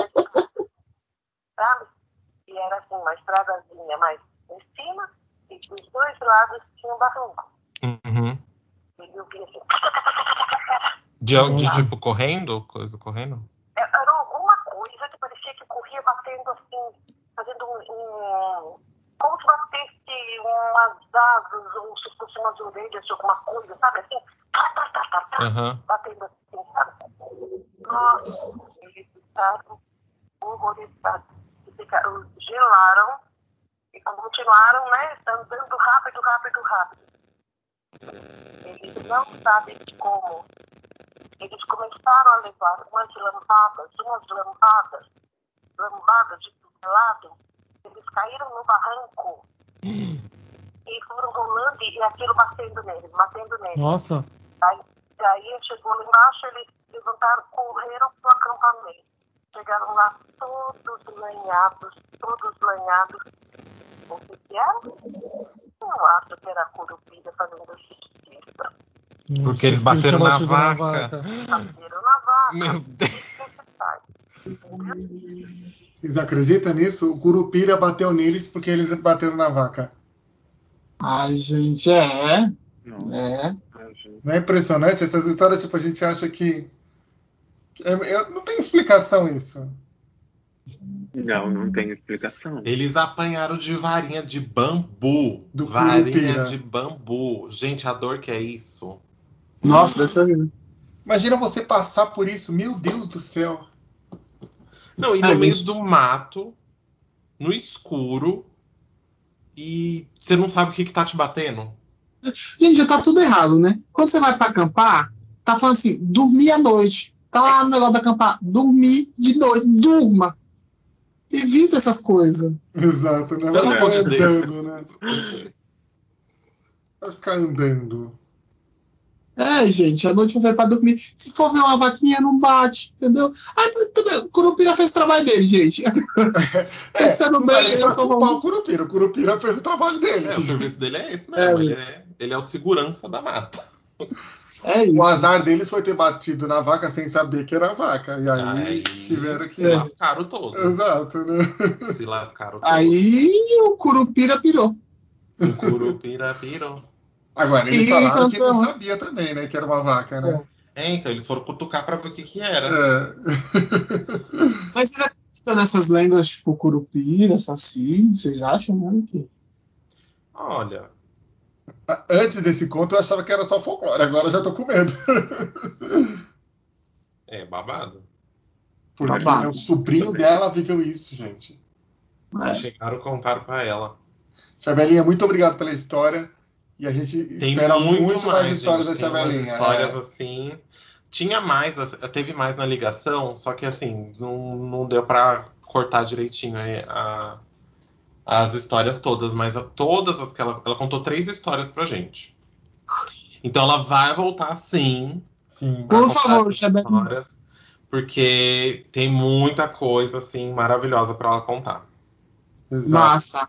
S6: sabe? E era assim, uma estradazinha mais em cima, e dos dois lados tinha um barranco.
S1: Uhum.
S6: E eu vi assim, tá, tá, tá, tá, tá, tá, tá, tá.
S1: De, de tipo correndo? Coisa correndo?
S6: Era alguma coisa que parecia que corria batendo assim, fazendo um, um como se batesse umas asas, ou se fosse umas orelhas de alguma coisa, sabe assim? Tá, tá, tá, tá, tá.
S1: Aham.
S6: Batendo assim, sabe? Nossa, eles ficaram horrorizados. E ficaram, gelaram e continuaram, né, andando rápido, rápido, rápido. Eles não sabem como. Eles começaram a levar umas lambadas, umas lambadas, lambadas de todo lado. Eles caíram no barranco e foram rolando e aquilo batendo neles, batendo neles.
S1: Nossa.
S6: Aí, aí chegou lá embaixo, eles levantaram, correram para o acampamento. Chegaram lá todos lanhados, todos lanhados. O que que era? Eu acho que era a Curupira fazendo justiça.
S1: Porque eles bateram na
S3: Batido na
S1: vaca.
S6: Bateram na vaca.
S1: Meu Deus.
S3: Vocês acreditam nisso? O Curupira bateu neles porque eles bateram na vaca.
S2: Ai, gente, é.
S4: Não,
S2: É.
S4: ai, gente.
S3: Não é impressionante? Essas histórias, tipo, a gente acha que. que é- é- não tem explicação isso.
S4: Não, não tem explicação.
S1: Eles apanharam de varinha de bambu.
S3: Do
S1: varinha
S3: Curupira.
S1: de bambu. Gente, a dor que é isso.
S2: Nossa, dessa vez.
S3: Imagina você passar por isso, meu Deus do céu.
S1: Não, e
S2: É,
S1: no meio
S2: mas-
S1: do mato, no escuro, e você não sabe o que, que tá te batendo.
S2: Gente, já tá tudo errado, né? Quando você vai pra acampar, tá falando assim, dormir à noite. Tá lá no negócio da acampar, dormir de noite, durma. Evita essas coisas.
S3: Exato, né?
S1: Pelo
S3: Vai
S1: amor
S3: ficar
S1: de Deus.
S3: andando, né? Vai ficar andando.
S2: É, gente, à noite vai pra dormir. Se for ver uma vaquinha, não bate, entendeu? Aí, também, o Curupira fez o trabalho dele, gente. Pensando
S3: não dá
S2: bem,
S3: nem
S2: eu
S3: pra
S2: só
S3: culpar
S2: vou.
S3: o Curupira. O Curupira fez o trabalho dele.
S1: É, o serviço dele é esse
S2: É,
S1: mesmo. ele, é, ele é o segurança da mata.
S2: É
S3: O
S2: isso.
S3: azar deles foi ter batido na vaca sem saber que era vaca. E aí,
S1: Aí
S3: tiveram que.
S1: se
S2: É.
S1: lascaram todos.
S3: Exato, né?
S1: Se lascaram todos.
S2: Aí o Curupira pirou.
S1: O Curupira pirou.
S3: Agora, eles
S2: E
S3: falaram que não
S2: quando-
S3: sabia também, né? Que era uma vaca, né?
S1: É, então eles foram cutucar pra ver o que que era.
S3: É.
S2: Mas vocês acreditam nessas lendas tipo Curupira, Saci? Vocês acham mesmo que?
S1: Olha,
S3: Antes desse conto eu achava que era só folclore, agora eu já tô com medo.
S1: é babado.
S3: Porque
S2: Babado.
S3: né, o sobrinho dela viveu isso, gente.
S2: É.
S1: Chegaram e contaram pra ela.
S3: Tia Belinha, muito obrigado pela história. E a gente
S1: Tem
S3: espera
S1: muito,
S3: muito, mais histórias
S1: gente.
S3: da Tia
S1: Tem umas
S3: Belinha.
S1: histórias
S3: É.
S1: assim. Tinha mais, assim, teve mais na ligação, só que assim, não, não deu pra cortar direitinho é, a- as histórias todas, mas a, todas as que ela, ela contou três histórias pra gente. Então ela vai voltar sim
S3: Sim.
S1: pra
S2: Por
S1: contar
S2: favor,
S1: essas
S2: Tia Belinha.
S1: histórias. Porque tem muita coisa, assim, maravilhosa pra ela contar.
S3: Exato.
S2: Massa.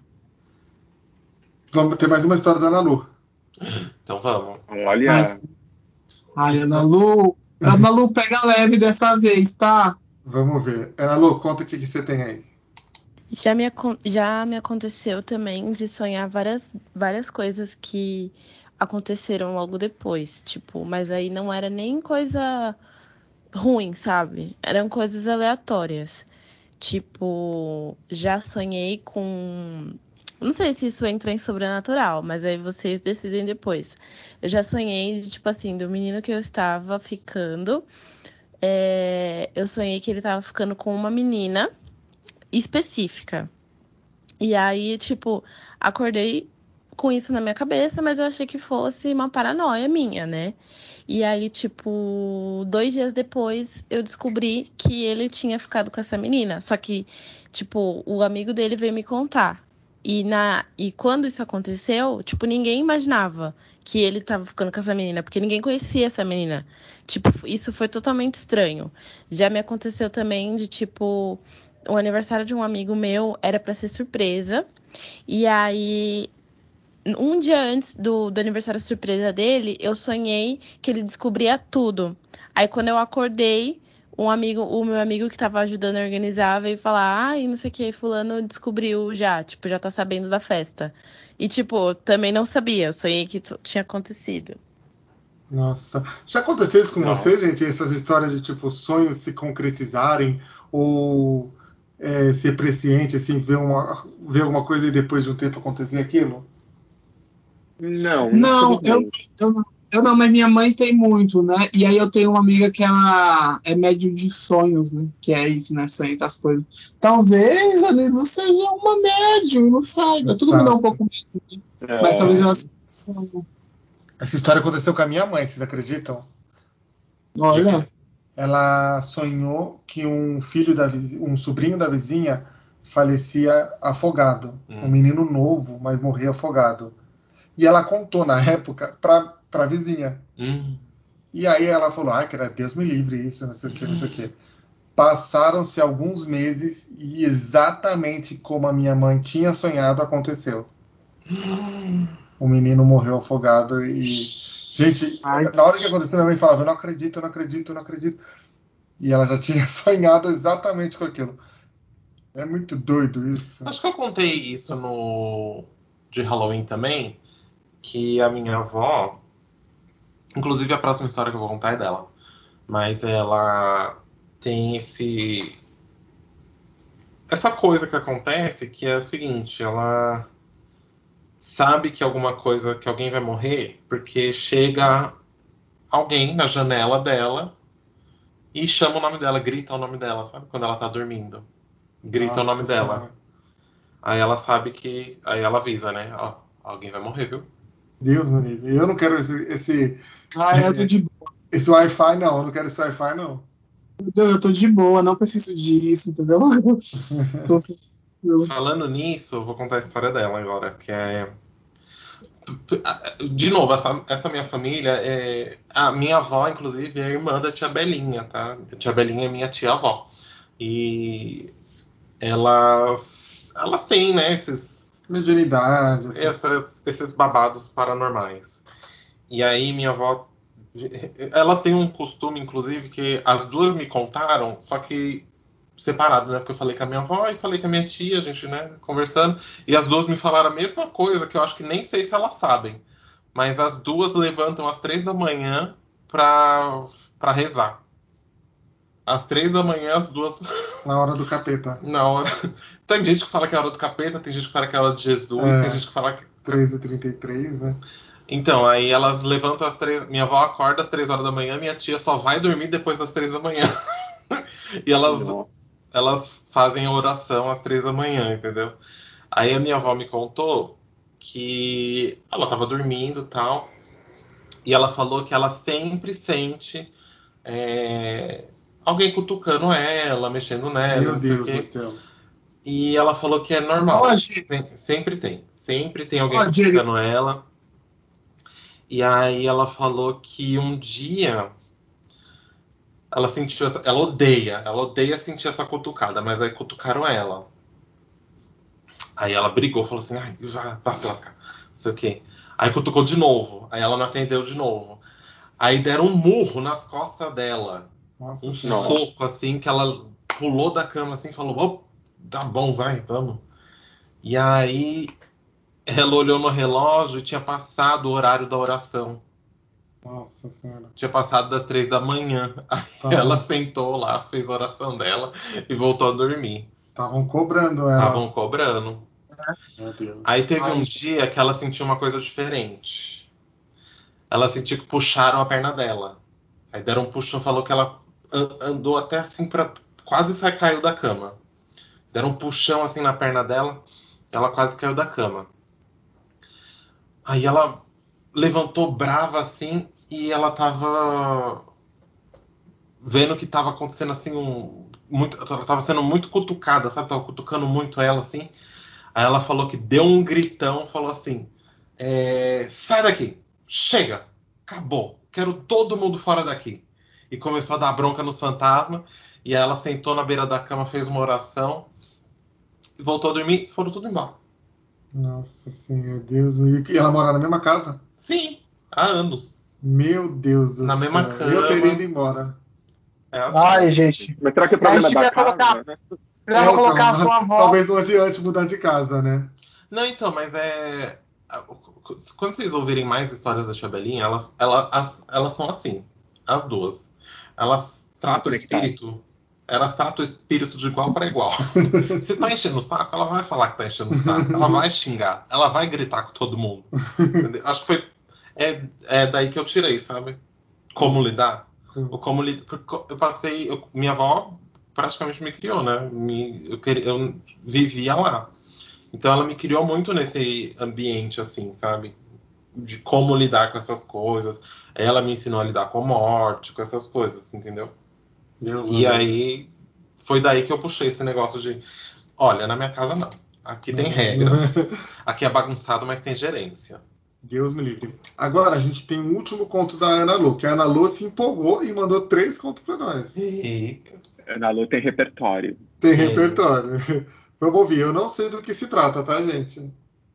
S3: Vamos ter mais uma história da Ana Lu.
S1: Então vamos.
S4: Olha,
S2: Mas, ai, Ana Lu, Ana Lu, pega leve dessa vez, tá?
S3: Vamos ver. Ana Lu, conta o que, que você tem aí.
S5: Já me, acon- já me aconteceu também de sonhar várias, várias coisas que aconteceram logo depois, tipo, mas aí não era nem coisa ruim, sabe? Eram coisas aleatórias. Tipo, já sonhei com. Não sei se isso entra em sobrenatural, mas aí vocês decidem depois. Eu já sonhei, de, tipo assim, do menino que eu estava ficando. É, Eu sonhei que ele estava ficando com uma menina específica. E aí, tipo, acordei com isso na minha cabeça, mas eu achei que fosse uma paranoia minha, né? E aí, tipo, dois dias depois eu descobri que ele tinha ficado com essa menina. Só que, tipo, o amigo dele veio me contar. E, na... e quando isso aconteceu, tipo, ninguém imaginava que ele tava ficando com essa menina, porque ninguém conhecia essa menina. Tipo, isso foi totalmente estranho. Já me aconteceu também de, tipo, o aniversário de um amigo meu era pra ser surpresa. E aí, um dia antes do, do aniversário surpresa dele, eu sonhei que ele descobria tudo. Aí, quando eu acordei, um amigo, o meu amigo que tava ajudando a organizar veio falar: ai, não sei o que, fulano descobriu já, tipo, já tá sabendo da festa. E, tipo, também não sabia, sonhei que t- tinha acontecido.
S3: Nossa. Já aconteceu isso com
S4: nossa.
S3: você, gente? Essas histórias de tipo sonhos se concretizarem ou é, ser presciente, assim, ver uma, ver alguma coisa e depois de um tempo acontecer aquilo?
S4: Não,
S2: Não, eu,
S4: infelizmente.
S2: eu, não- eu não, mas minha mãe tem muito, né? E aí eu tenho uma amiga que ela é médium de sonhos, né? Que é isso, né? Sonho das coisas. Talvez a Nilo seja uma médium, não saiba. Tudo me dá um
S3: Exato.
S2: pouco medo, né? Mas talvez ela
S4: É,
S2: seja um sonho.
S3: Essa história aconteceu com a minha mãe, vocês acreditam?
S1: De quê?
S2: Olha,
S3: Ela sonhou que um filho da vizi- um sobrinho da vizinha falecia afogado. Um
S1: Hum.
S3: menino novo, mas morria afogado. E ela contou na época para para vizinha.
S1: Hum.
S3: E aí ela falou: "Ah, que era Deus me livre isso, não sei o que, não sei o que". Passaram-se alguns meses e exatamente como a minha mãe tinha sonhado aconteceu. O menino morreu afogado e gente,
S2: ai,
S3: na hora que aconteceu, minha mãe falava: "Eu não acredito, eu não acredito, eu não acredito". E ela já tinha sonhado exatamente com aquilo. É muito doido isso.
S1: Acho que eu contei isso no de Halloween também, que a minha avó, inclusive a próxima história que eu vou contar é dela, mas ela tem esse essa coisa que acontece que é o seguinte, ela sabe que alguma coisa, que alguém vai morrer, porque chega alguém na janela dela e chama o nome dela, grita o nome dela, sabe? Quando ela tá dormindo. Grita o nome
S3: Nossa
S1: dela.
S3: Senhora.
S1: Aí ela sabe que. Aí ela avisa, né? Ó, alguém vai morrer, viu?
S3: Deus me livre. Eu não quero esse, esse,
S2: ai, eu tô de boa.
S3: esse Wi-Fi, não. Eu não quero esse Wi-Fi, não.
S2: Eu tô de boa, não preciso disso, entendeu? Tô tranquilo.
S1: Falando nisso, eu vou contar a história dela agora, que é. De novo, essa, essa minha família é. A minha avó, inclusive, é irmã da tia Belinha, tá? A tia Belinha é minha tia-avó. E elas. Elas têm, né, esses.
S3: Mediunidade, essas
S1: Essas, esses babados paranormais. E aí minha avó. Elas têm um costume, inclusive, que as duas me contaram, só que separado, né? Porque eu falei com a minha avó e falei com a minha tia, a gente, né, conversando, e as duas me falaram a mesma coisa, que eu acho que nem sei se elas sabem. Mas as duas levantam às três da manhã pra, pra rezar. Às três da manhã, as duas.
S3: na hora do capeta.
S1: Na hora. Tem gente que fala que é a hora do capeta, tem gente que fala que é a hora de Jesus, tem
S3: É,
S1: gente que fala que.
S3: três e trinta e três, né?
S1: Então, aí elas levantam às três. Minha avó acorda às três horas da manhã, minha tia só vai dormir depois das três da manhã. E elas,
S4: nossa.
S1: elas fazem a oração às três da manhã, entendeu? Aí a minha avó me contou que ela estava dormindo e tal, e ela falou que ela sempre sente é, alguém cutucando ela, mexendo nela,
S3: Meu
S1: não sei o
S3: Deus do
S1: quê.
S3: céu.
S1: E ela falou que é
S2: Ó,
S1: normal.
S2: Diego,
S1: Sem- Sempre tem. Sempre tem alguém
S2: ó, Diego,
S1: cutucando ela. E aí ela falou que um dia Ela sentiu essa, ela odeia, ela odeia sentir essa cutucada, mas aí cutucaram ela. Aí ela brigou, falou assim, ai, já vai se lascar, não sei o quê. Aí cutucou de novo, aí ela não atendeu de novo. Aí deram um murro nas costas dela.
S3: Nossa
S1: Um
S3: senhora.
S1: soco, assim, que ela pulou da cama, assim, falou, oh, tá bom, vai, vamos. E aí ela olhou no relógio e tinha passado o horário da oração.
S3: Nossa senhora.
S1: Tinha passado das três da manhã. Aí
S3: Tá.
S1: ela sentou lá, fez a oração dela e voltou a dormir.
S3: Estavam cobrando ela.
S1: Estavam cobrando.
S3: Meu Deus.
S1: Aí teve
S2: Ai,
S1: um dia que ela sentiu uma coisa diferente. Ela sentiu que puxaram a perna dela. Aí deram um puxão, falou que ela an- andou até assim pra. Quase sa- caiu da cama. Deram um puxão assim na perna dela, ela quase caiu da cama. Aí ela levantou brava assim e ela tava vendo que tava acontecendo assim um. Muito, ela tava sendo muito cutucada, sabe? Tava cutucando muito ela assim. Aí ela falou que deu um gritão, falou assim: é, sai daqui, chega, acabou, quero todo mundo fora daqui. E começou a dar bronca nos fantasmas. E aí ela sentou na beira da cama, fez uma oração, voltou a dormir e foram tudo embora.
S3: Nossa senhora, Deus me livre. E ela mora na mesma casa?
S1: Sim, há anos.
S3: Meu Deus do
S1: Na mesma
S3: céu. Eu teria ido
S1: cama.
S3: embora.
S1: É assim.
S2: Ai, gente.
S4: Mas será que o
S2: Mas
S4: problema é da
S2: devia colocar,
S4: casa? Né?
S2: devia
S3: É,
S2: colocar a
S3: então,
S2: sua avó.
S3: talvez não adiante mudar de casa, né?
S1: Não, então, mas é. Quando vocês ouvirem mais histórias da Tia Belinha, elas, ela- as- elas são assim, as duas. Elas tratam o
S4: Conectadas.
S1: espírito, elas tratam o espírito de igual para igual. Se tá enchendo o saco, ela vai falar que tá enchendo o saco. Ela vai xingar, ela vai gritar com todo mundo. Entendeu? Acho que foi. É, é daí que eu tirei, sabe? Como lidar. O como lidar. Eu passei. eu- minha avó praticamente me criou, né? Me, eu, queria, eu vivia lá. Então ela me criou muito nesse ambiente, assim, sabe? De como lidar com essas coisas. Ela me ensinou a lidar com a morte, com essas coisas, entendeu?
S3: Deus me
S1: E
S3: livre.
S1: aí foi daí que eu puxei esse negócio de, olha, na minha casa não. Aqui tem
S3: Não.
S1: regras. Aqui é bagunçado, mas tem gerência.
S3: Deus me livre. Agora a gente tem o último conto da Ana Lu, que a Ana Lu se empolgou e mandou três contos pra nós.
S1: E
S4: Na Lu tem repertório.
S3: Tem
S1: Tem.
S3: repertório. Vamos ouvir. Eu não sei do que se trata, tá, gente?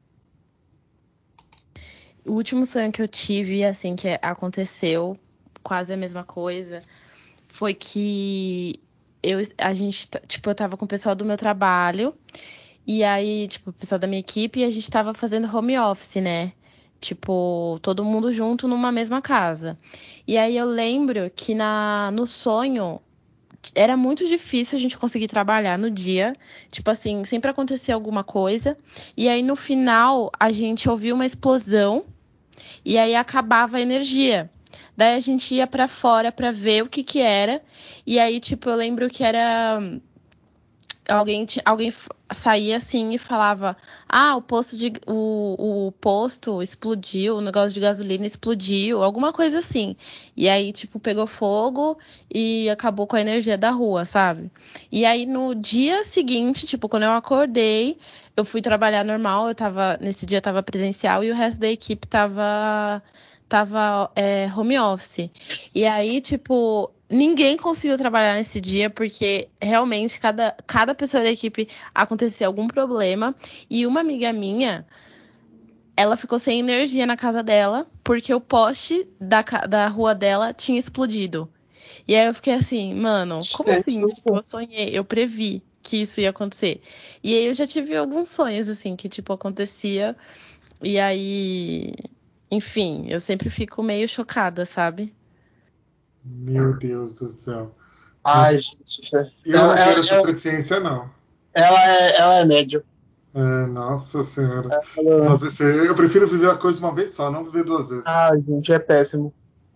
S5: O último sonho que eu tive, assim, que aconteceu, quase a mesma coisa, foi que eu, a gente, t- tipo, eu tava com o pessoal do meu trabalho, e aí, tipo, o pessoal da minha equipe, e a gente tava fazendo home office, né? Tipo, todo mundo junto numa mesma casa. E aí eu lembro que na, no sonho era muito difícil a gente conseguir trabalhar no dia. Tipo assim, sempre acontecia alguma coisa. E aí no final a gente ouvia uma explosão. E aí acabava a energia. Daí a gente ia pra fora pra ver o que que era. E aí, tipo, eu lembro que era alguém, ti- alguém f- saía assim e falava: Ah, o posto de o, o posto explodiu, o negócio de gasolina explodiu, alguma coisa assim. E aí, tipo, pegou fogo e acabou com a energia da rua, sabe? E aí no dia seguinte, tipo, quando eu acordei, eu fui trabalhar normal, eu tava, nesse dia eu tava presencial e o resto da equipe tava tava é, home office. E aí, tipo, ninguém conseguiu trabalhar nesse dia porque realmente cada, cada pessoa da equipe acontecia algum problema. E uma amiga minha, ela ficou sem energia na casa dela porque o poste da, ca- da rua dela tinha explodido. E aí eu fiquei assim, mano, como assim? Tipo, eu sonhei, eu previ que isso ia acontecer. E aí eu já tive alguns sonhos, assim, que, tipo, acontecia. E aí, enfim, eu sempre fico meio chocada, sabe?
S3: Meu Deus do céu.
S2: Ai, gente. isso é-
S3: Eu
S2: Ela,
S3: não
S2: ela,
S3: quero essa
S2: ela,
S3: paciência, não.
S2: ela é, ela é médium.
S3: É, nossa senhora.
S2: Ela-
S3: Só prefiro- Eu prefiro viver a coisa uma vez só, não viver duas vezes.
S2: Ai, gente, é péssimo.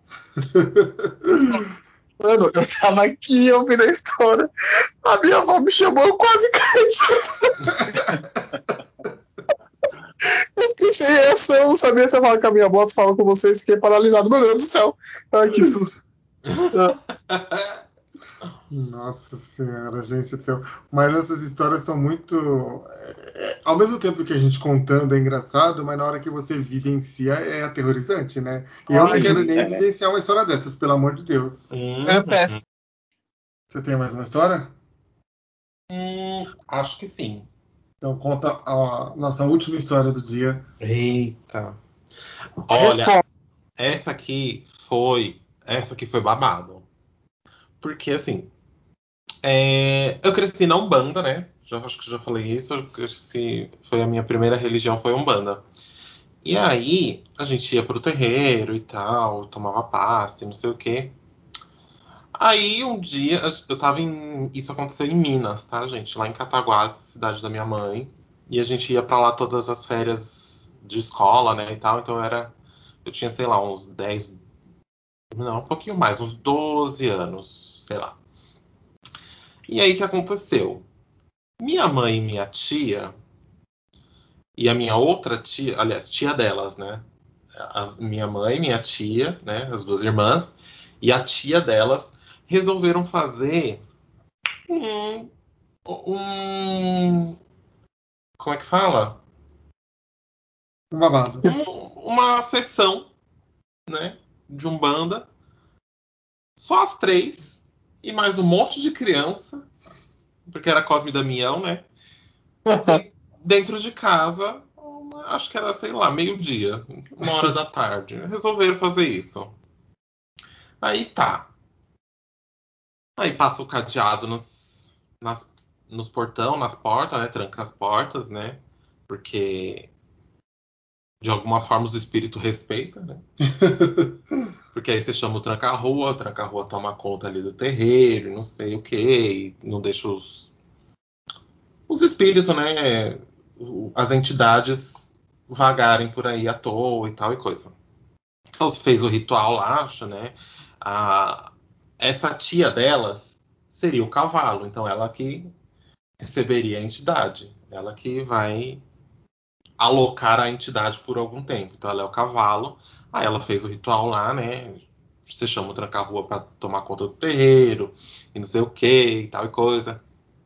S2: Mano, eu tava aqui ouvindo a história. A minha avó me chamou, eu quase caí. Eu fiquei sem reação, não sabia se eu falava com a minha voz, falo com vocês, fiquei paralisado. Meu Deus do céu. Ai, que susto.
S3: Nossa senhora, gente do céu. Mas essas histórias são muito. é, é, ao mesmo tempo que a gente contando é engraçado, mas na hora que você vivencia é aterrorizante, né? E eu não
S2: Ai,
S3: quero
S2: gente,
S3: nem
S4: É.
S3: vivenciar uma história dessas, pelo amor de Deus.
S2: é
S1: Uhum.
S2: péssimo.
S3: Você tem mais uma história?
S1: Hum, acho que sim.
S3: Então conta a nossa última história do dia.
S1: Eita. Olha, essa aqui foi. Essa aqui foi babado. Porque assim, é, eu cresci na Umbanda, né? Já, acho que já falei isso. Eu cresci, foi a minha primeira religião, foi a Umbanda. E aí, a gente ia pro terreiro e tal, tomava passe, não sei o quê. Aí, um dia, eu tava em. Isso aconteceu em Minas, tá, gente? Lá em Cataguás, cidade da minha mãe. E a gente ia pra lá todas as férias de escola, né, e tal. Então, eu era. Eu tinha, sei lá, uns dez. Não, um pouquinho mais, uns doze anos, sei lá. E aí, o que aconteceu? Minha mãe e minha tia, e a minha outra tia, aliás, tia delas, né? A minha mãe, minha tia, né? As duas irmãs, e a tia delas resolveram fazer um, um como é que fala?
S3: Um babado.
S1: Um- uma sessão, né? De Umbanda, só as três, e mais um monte de criança, porque era Cosme e Damião, né? de- Dentro de casa, uma- acho que era, sei lá, meio-dia, uma hora da tarde. Resolveram fazer isso. Aí tá. Aí passa o cadeado nos, nas, nos portão, nas portas, né? Tranca as portas, né? Porque de alguma forma os espíritos respeitam, né? Porque aí você chama o tranca-rua, o tranca-rua toma conta ali do terreiro, e não sei o quê, e não deixa os, os espíritos, né? As entidades vagarem por aí à toa e tal e coisa. Então você fez o ritual lá, acho, né? A, essa tia delas seria o cavalo, então ela que receberia a entidade. Ela que vai alocar a entidade por algum tempo. Então ela é o cavalo. Aí ela fez o ritual lá, né? Você chama o tranca-rua pra tomar conta do terreiro, e não sei o que, e tal e coisa.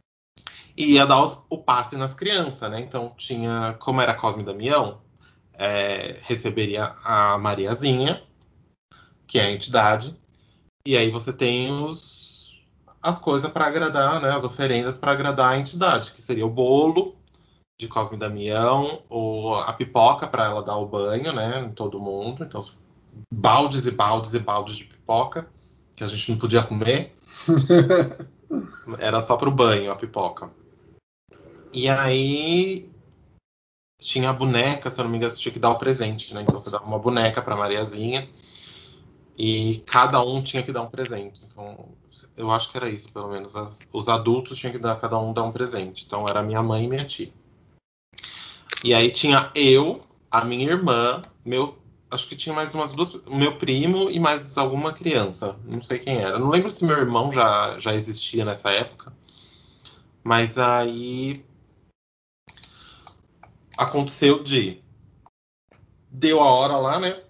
S1: E ia dar os- o passe nas crianças, né? Então tinha, como era Cosme e Damião, é, receberia a Mariazinha, que é a entidade, e aí você tem os, as coisas para agradar, né? As oferendas para agradar a entidade, que seria o bolo de Cosme e Damião, ou a pipoca para ela dar o banho, né? Em todo mundo. Então, baldes e baldes e baldes de pipoca, que a gente não podia comer. Era só pro banho a pipoca. E aí tinha a boneca, se eu não me engano, você tinha que dar o presente, né? Então você dava uma boneca pra Mariazinha e cada um tinha que dar um presente. Então, eu acho que era isso, pelo menos. As- os adultos tinham que dar, cada um dar um presente. Então era minha mãe e minha tia. E aí tinha eu, a minha irmã, meu. Acho que tinha mais umas duas. O meu primo e mais alguma criança. Não sei quem era. Não lembro se meu irmão já, já existia nessa época. Mas aí aconteceu de. Deu a hora lá, né?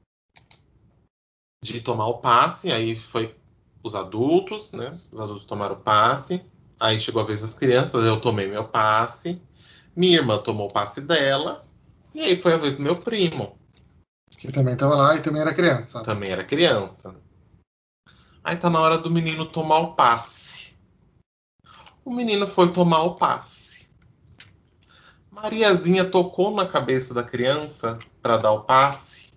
S1: De tomar o passe. Aí foi os adultos, né? Os adultos tomaram o passe. Aí chegou a vez das crianças. Eu tomei meu passe. Minha irmã tomou o passe dela. E aí foi a vez do meu primo.
S3: Que também estava lá e também era criança.
S1: Também era criança. Aí tá na hora do menino tomar o passe. O menino foi tomar o passe. Mariazinha tocou na cabeça da criança para dar o passe.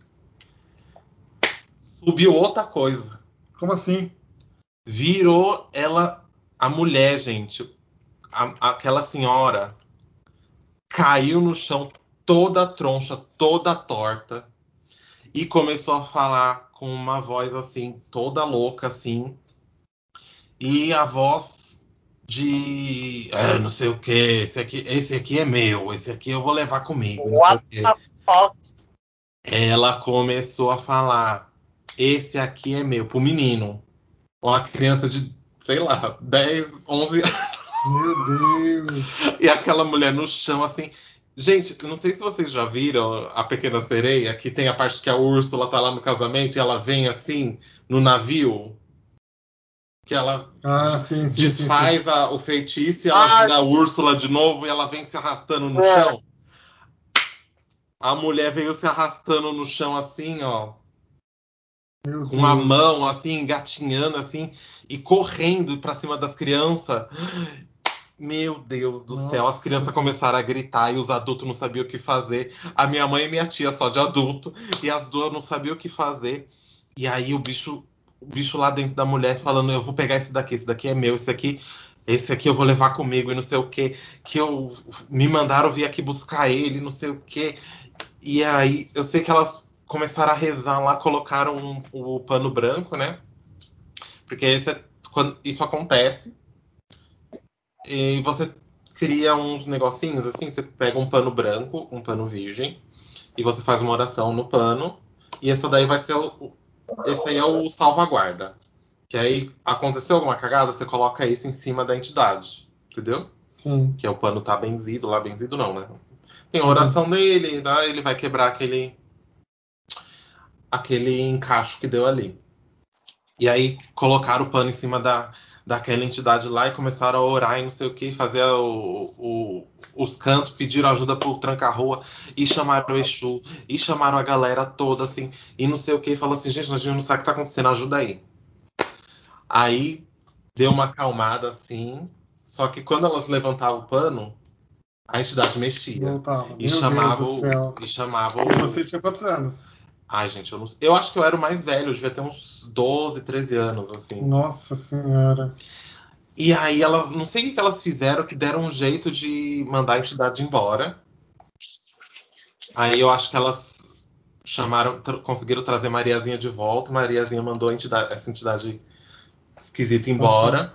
S1: Subiu outra coisa.
S3: Como assim?
S1: Virou ela, a mulher, gente. A- aquela senhora caiu no chão toda troncha, toda torta. E começou a falar com uma voz assim, toda louca assim. E a voz de é, não sei o que, esse aqui, esse aqui é meu, esse aqui eu vou levar comigo, não sei o
S6: What
S1: quê.
S6: the fuck?
S1: Ela começou a falar, esse aqui é meu, pro menino. Uma criança de, sei lá, dez, onze anos.
S3: Meu Deus.
S1: E aquela mulher no chão, assim. Gente, eu não sei se vocês já viram A Pequena Sereia, que tem a parte que a Úrsula tá lá no casamento e ela vem assim, no navio. Que ela
S3: Ah,
S1: de-
S3: sim, sim, sim, sim.
S1: desfaz a- o feitiço e ela
S6: Ah,
S1: vira a
S6: sim.
S1: Úrsula de novo e ela vem se arrastando no
S6: É.
S1: chão. A mulher veio se arrastando no chão assim, ó.
S3: Meu
S1: com a
S3: Deus.
S1: mão, assim, engatinhando, assim, e correndo pra cima das crianças. Meu Deus do céu, as
S3: Nossa
S1: crianças
S3: Senhora.
S1: começaram a gritar e os adultos não sabiam o que fazer. A minha mãe e minha tia só de adulto, e as duas não sabiam o que fazer. E aí o bicho, o bicho lá dentro da mulher falando: eu vou pegar esse daqui, esse daqui é meu, esse aqui, esse aqui eu vou levar comigo e não sei o que, que eu me mandaram vir aqui buscar ele, não sei o que. E aí eu sei que elas começaram a rezar lá, colocaram um- o pano branco, né? Porque esse é- quando isso acontece. E você cria uns negocinhos assim, você pega um pano branco, um pano virgem, e você faz uma oração no pano, e esse daí vai ser o. Esse aí é o salvaguarda. Que aí aconteceu alguma cagada, você coloca isso em cima da entidade. Entendeu?
S3: Sim.
S1: Que é o pano tá benzido, lá benzido não, né? Tem a
S3: Uhum.
S1: oração dele, tá? Ele vai quebrar aquele. aquele encaixo que deu ali. E aí colocaram o pano em cima da, daquela entidade lá e começaram a orar e não sei o que, fazer o, o- os cantos, pediram ajuda pro tranca-rua e chamaram o Exu, e chamaram a galera toda assim, e não sei o que, e falou assim: gente, a gente não sabe o que tá acontecendo, ajuda aí. Aí deu uma acalmada assim, só que quando elas levantavam o pano, a entidade mexia.
S3: Voltava.
S1: E
S3: Meu Deus
S1: chamava
S3: do
S1: o.
S3: céu.
S1: E chamava
S3: E você
S1: o.
S3: tinha quantos anos?
S1: Ai, gente, eu não Eu acho que eu era o mais velho, eu devia ter uns doze, treze anos, assim.
S3: Nossa Senhora.
S1: E aí elas, não sei o que que elas fizeram, que deram um jeito de mandar a entidade embora. Aí eu acho que elas chamaram, tr- conseguiram trazer Mariazinha de volta. Mariazinha mandou a entidade- essa entidade esquisita embora.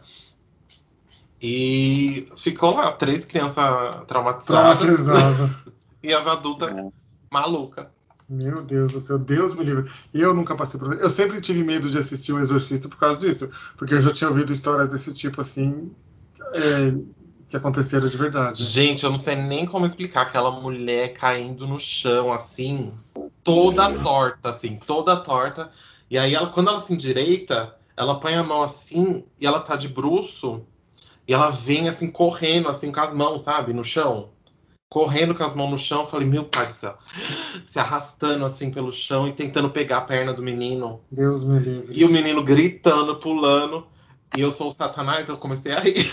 S1: E ficou lá, três crianças traumatizadas
S3: Traumatizado.
S1: e as adultas
S4: É.
S1: malucas.
S3: Meu Deus do céu, Deus me livre. Eu nunca passei por isso. Eu sempre tive medo de assistir um exorcista por causa disso. Porque eu já tinha ouvido histórias desse tipo assim, é, que aconteceram de verdade.
S1: Gente, eu não sei nem como explicar aquela mulher caindo no chão, assim, toda torta, assim, toda torta. E aí, ela, quando ela se endireita, ela põe a mão assim, e ela tá de bruço, e ela vem, assim, correndo, assim, com as mãos, sabe, no chão. Correndo com as mãos no chão, eu falei: meu pai do céu. Se arrastando, assim, pelo chão e tentando pegar a perna do menino.
S3: Deus me livre.
S1: E o menino gritando, pulando. E eu sou o Satanás, eu comecei a rir.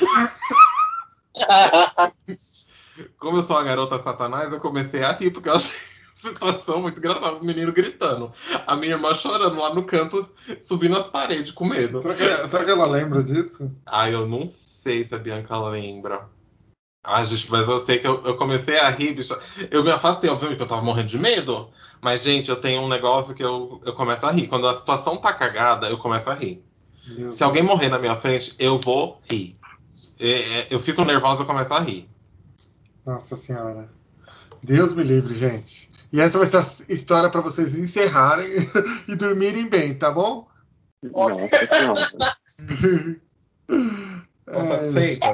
S1: Como eu sou a garota Satanás, eu comecei a rir, porque eu achei a situação muito engraçada. O menino gritando. A minha irmã chorando lá no canto, subindo as paredes com medo.
S3: Será que, será que ela lembra disso?
S1: Ah, eu não sei se a Bianca lembra. Ah, gente, mas eu sei que eu, eu comecei a rir, bicho. Eu me afastei, obviamente, porque eu tava morrendo de medo. Mas, gente, eu tenho um negócio que eu, eu começo a rir. Quando a situação tá cagada, eu começo a rir.
S3: Meu
S1: Se alguém
S3: Deus.
S1: morrer na minha frente, eu vou rir. É, é, Eu fico nervosa, eu começo a rir.
S3: Nossa Senhora. Deus me livre, gente. E essa vai ser a história para vocês encerrarem e dormirem bem, tá bom?
S4: Nossa Senhora.
S1: Estão
S3: É,
S1: satisfeitas?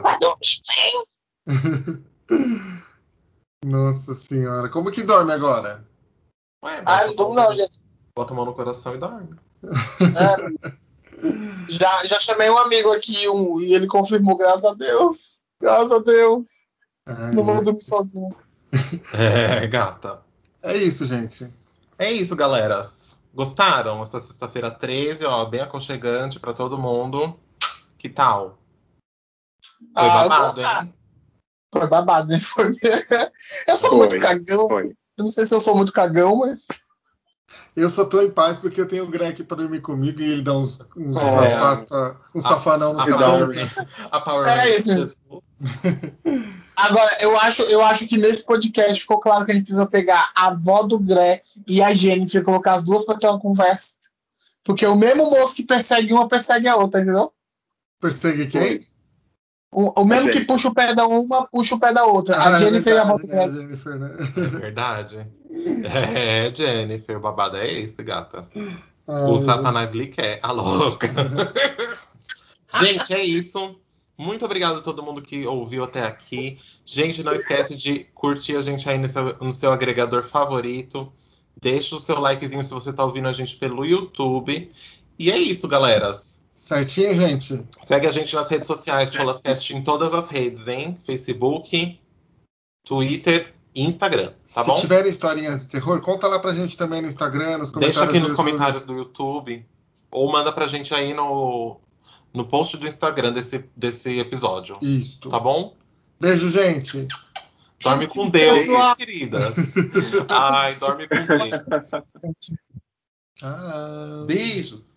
S3: Nossa Senhora. Como que dorme agora?
S1: Ué,
S2: Ah,
S1: bota,
S2: não
S1: a
S2: tô
S1: mão
S2: não,
S1: no-
S2: gente.
S1: bota a mão no coração e dorme.
S2: É, já, já chamei um amigo aqui um, e ele confirmou, graças a Deus. Graças a Deus.
S3: Ai,
S2: Não vou
S3: gente.
S2: dormir sozinho.
S1: É, gata.
S3: É isso, gente.
S1: É isso, galera. Gostaram? Essa sexta-feira treze, ó, bem aconchegante pra todo mundo. Que tal? Foi
S2: Ah,
S1: babado,
S2: ah,
S1: hein?
S2: foi babado, né? Foi... Eu sou muito
S4: Foi,
S2: cagão.
S4: foi.
S2: Eu não sei se eu sou muito cagão, mas.
S3: Eu só tô em paz porque eu tenho o Greg aqui pra dormir comigo e ele dá uns, uns
S1: É,
S3: afasta, um
S1: a-
S3: safanão na
S1: A
S4: Te dá
S1: Power,
S4: um-
S3: cabeça.
S1: a Power
S2: É
S1: Ranger
S2: isso.
S1: Jesus.
S2: Agora, eu acho, eu acho que nesse podcast ficou claro que a gente precisa pegar a avó do Greg e a Jennifer e colocar as duas pra ter uma conversa. Porque o mesmo moço que persegue uma, persegue a outra, entendeu?
S3: Persegue
S4: Foi.
S3: quem?
S2: O, o mesmo que
S4: Jennifer.
S2: puxa o pé da uma, puxa o pé da outra.
S3: Ah,
S2: A
S3: é
S2: Jennifer e a avó
S3: verdade,
S2: do
S3: né, a
S2: Greg.
S3: Jennifer, né?
S1: É verdade. É, Jennifer, o babado é esse, gata. O
S3: Ai,
S1: Satanás lhe quer, a louca. Gente, é isso. Muito obrigado a todo mundo que ouviu até aqui. Gente, não esquece de curtir a gente aí no seu, no seu agregador favorito. Deixa o seu likezinho se você tá ouvindo a gente pelo YouTube. E é isso, galera.
S3: certinho, gente?
S1: Segue a gente nas redes sociais, Cholascast em todas as redes, hein? Facebook, Twitter e Instagram, tá
S3: Se
S1: bom?
S3: tiverem historinhas de terror, conta lá pra gente também no Instagram, nos comentários.
S1: Deixa aqui nos
S3: do YouTube.
S1: comentários do YouTube. Ou manda pra gente aí no, no post do Instagram desse, desse episódio.
S3: Isto.
S1: Tá bom?
S3: Beijo, gente.
S1: Dorme com Deus,
S2: Pessoal.
S1: querida. Ai, dorme com Deus.
S3: Tchau.
S1: Beijos.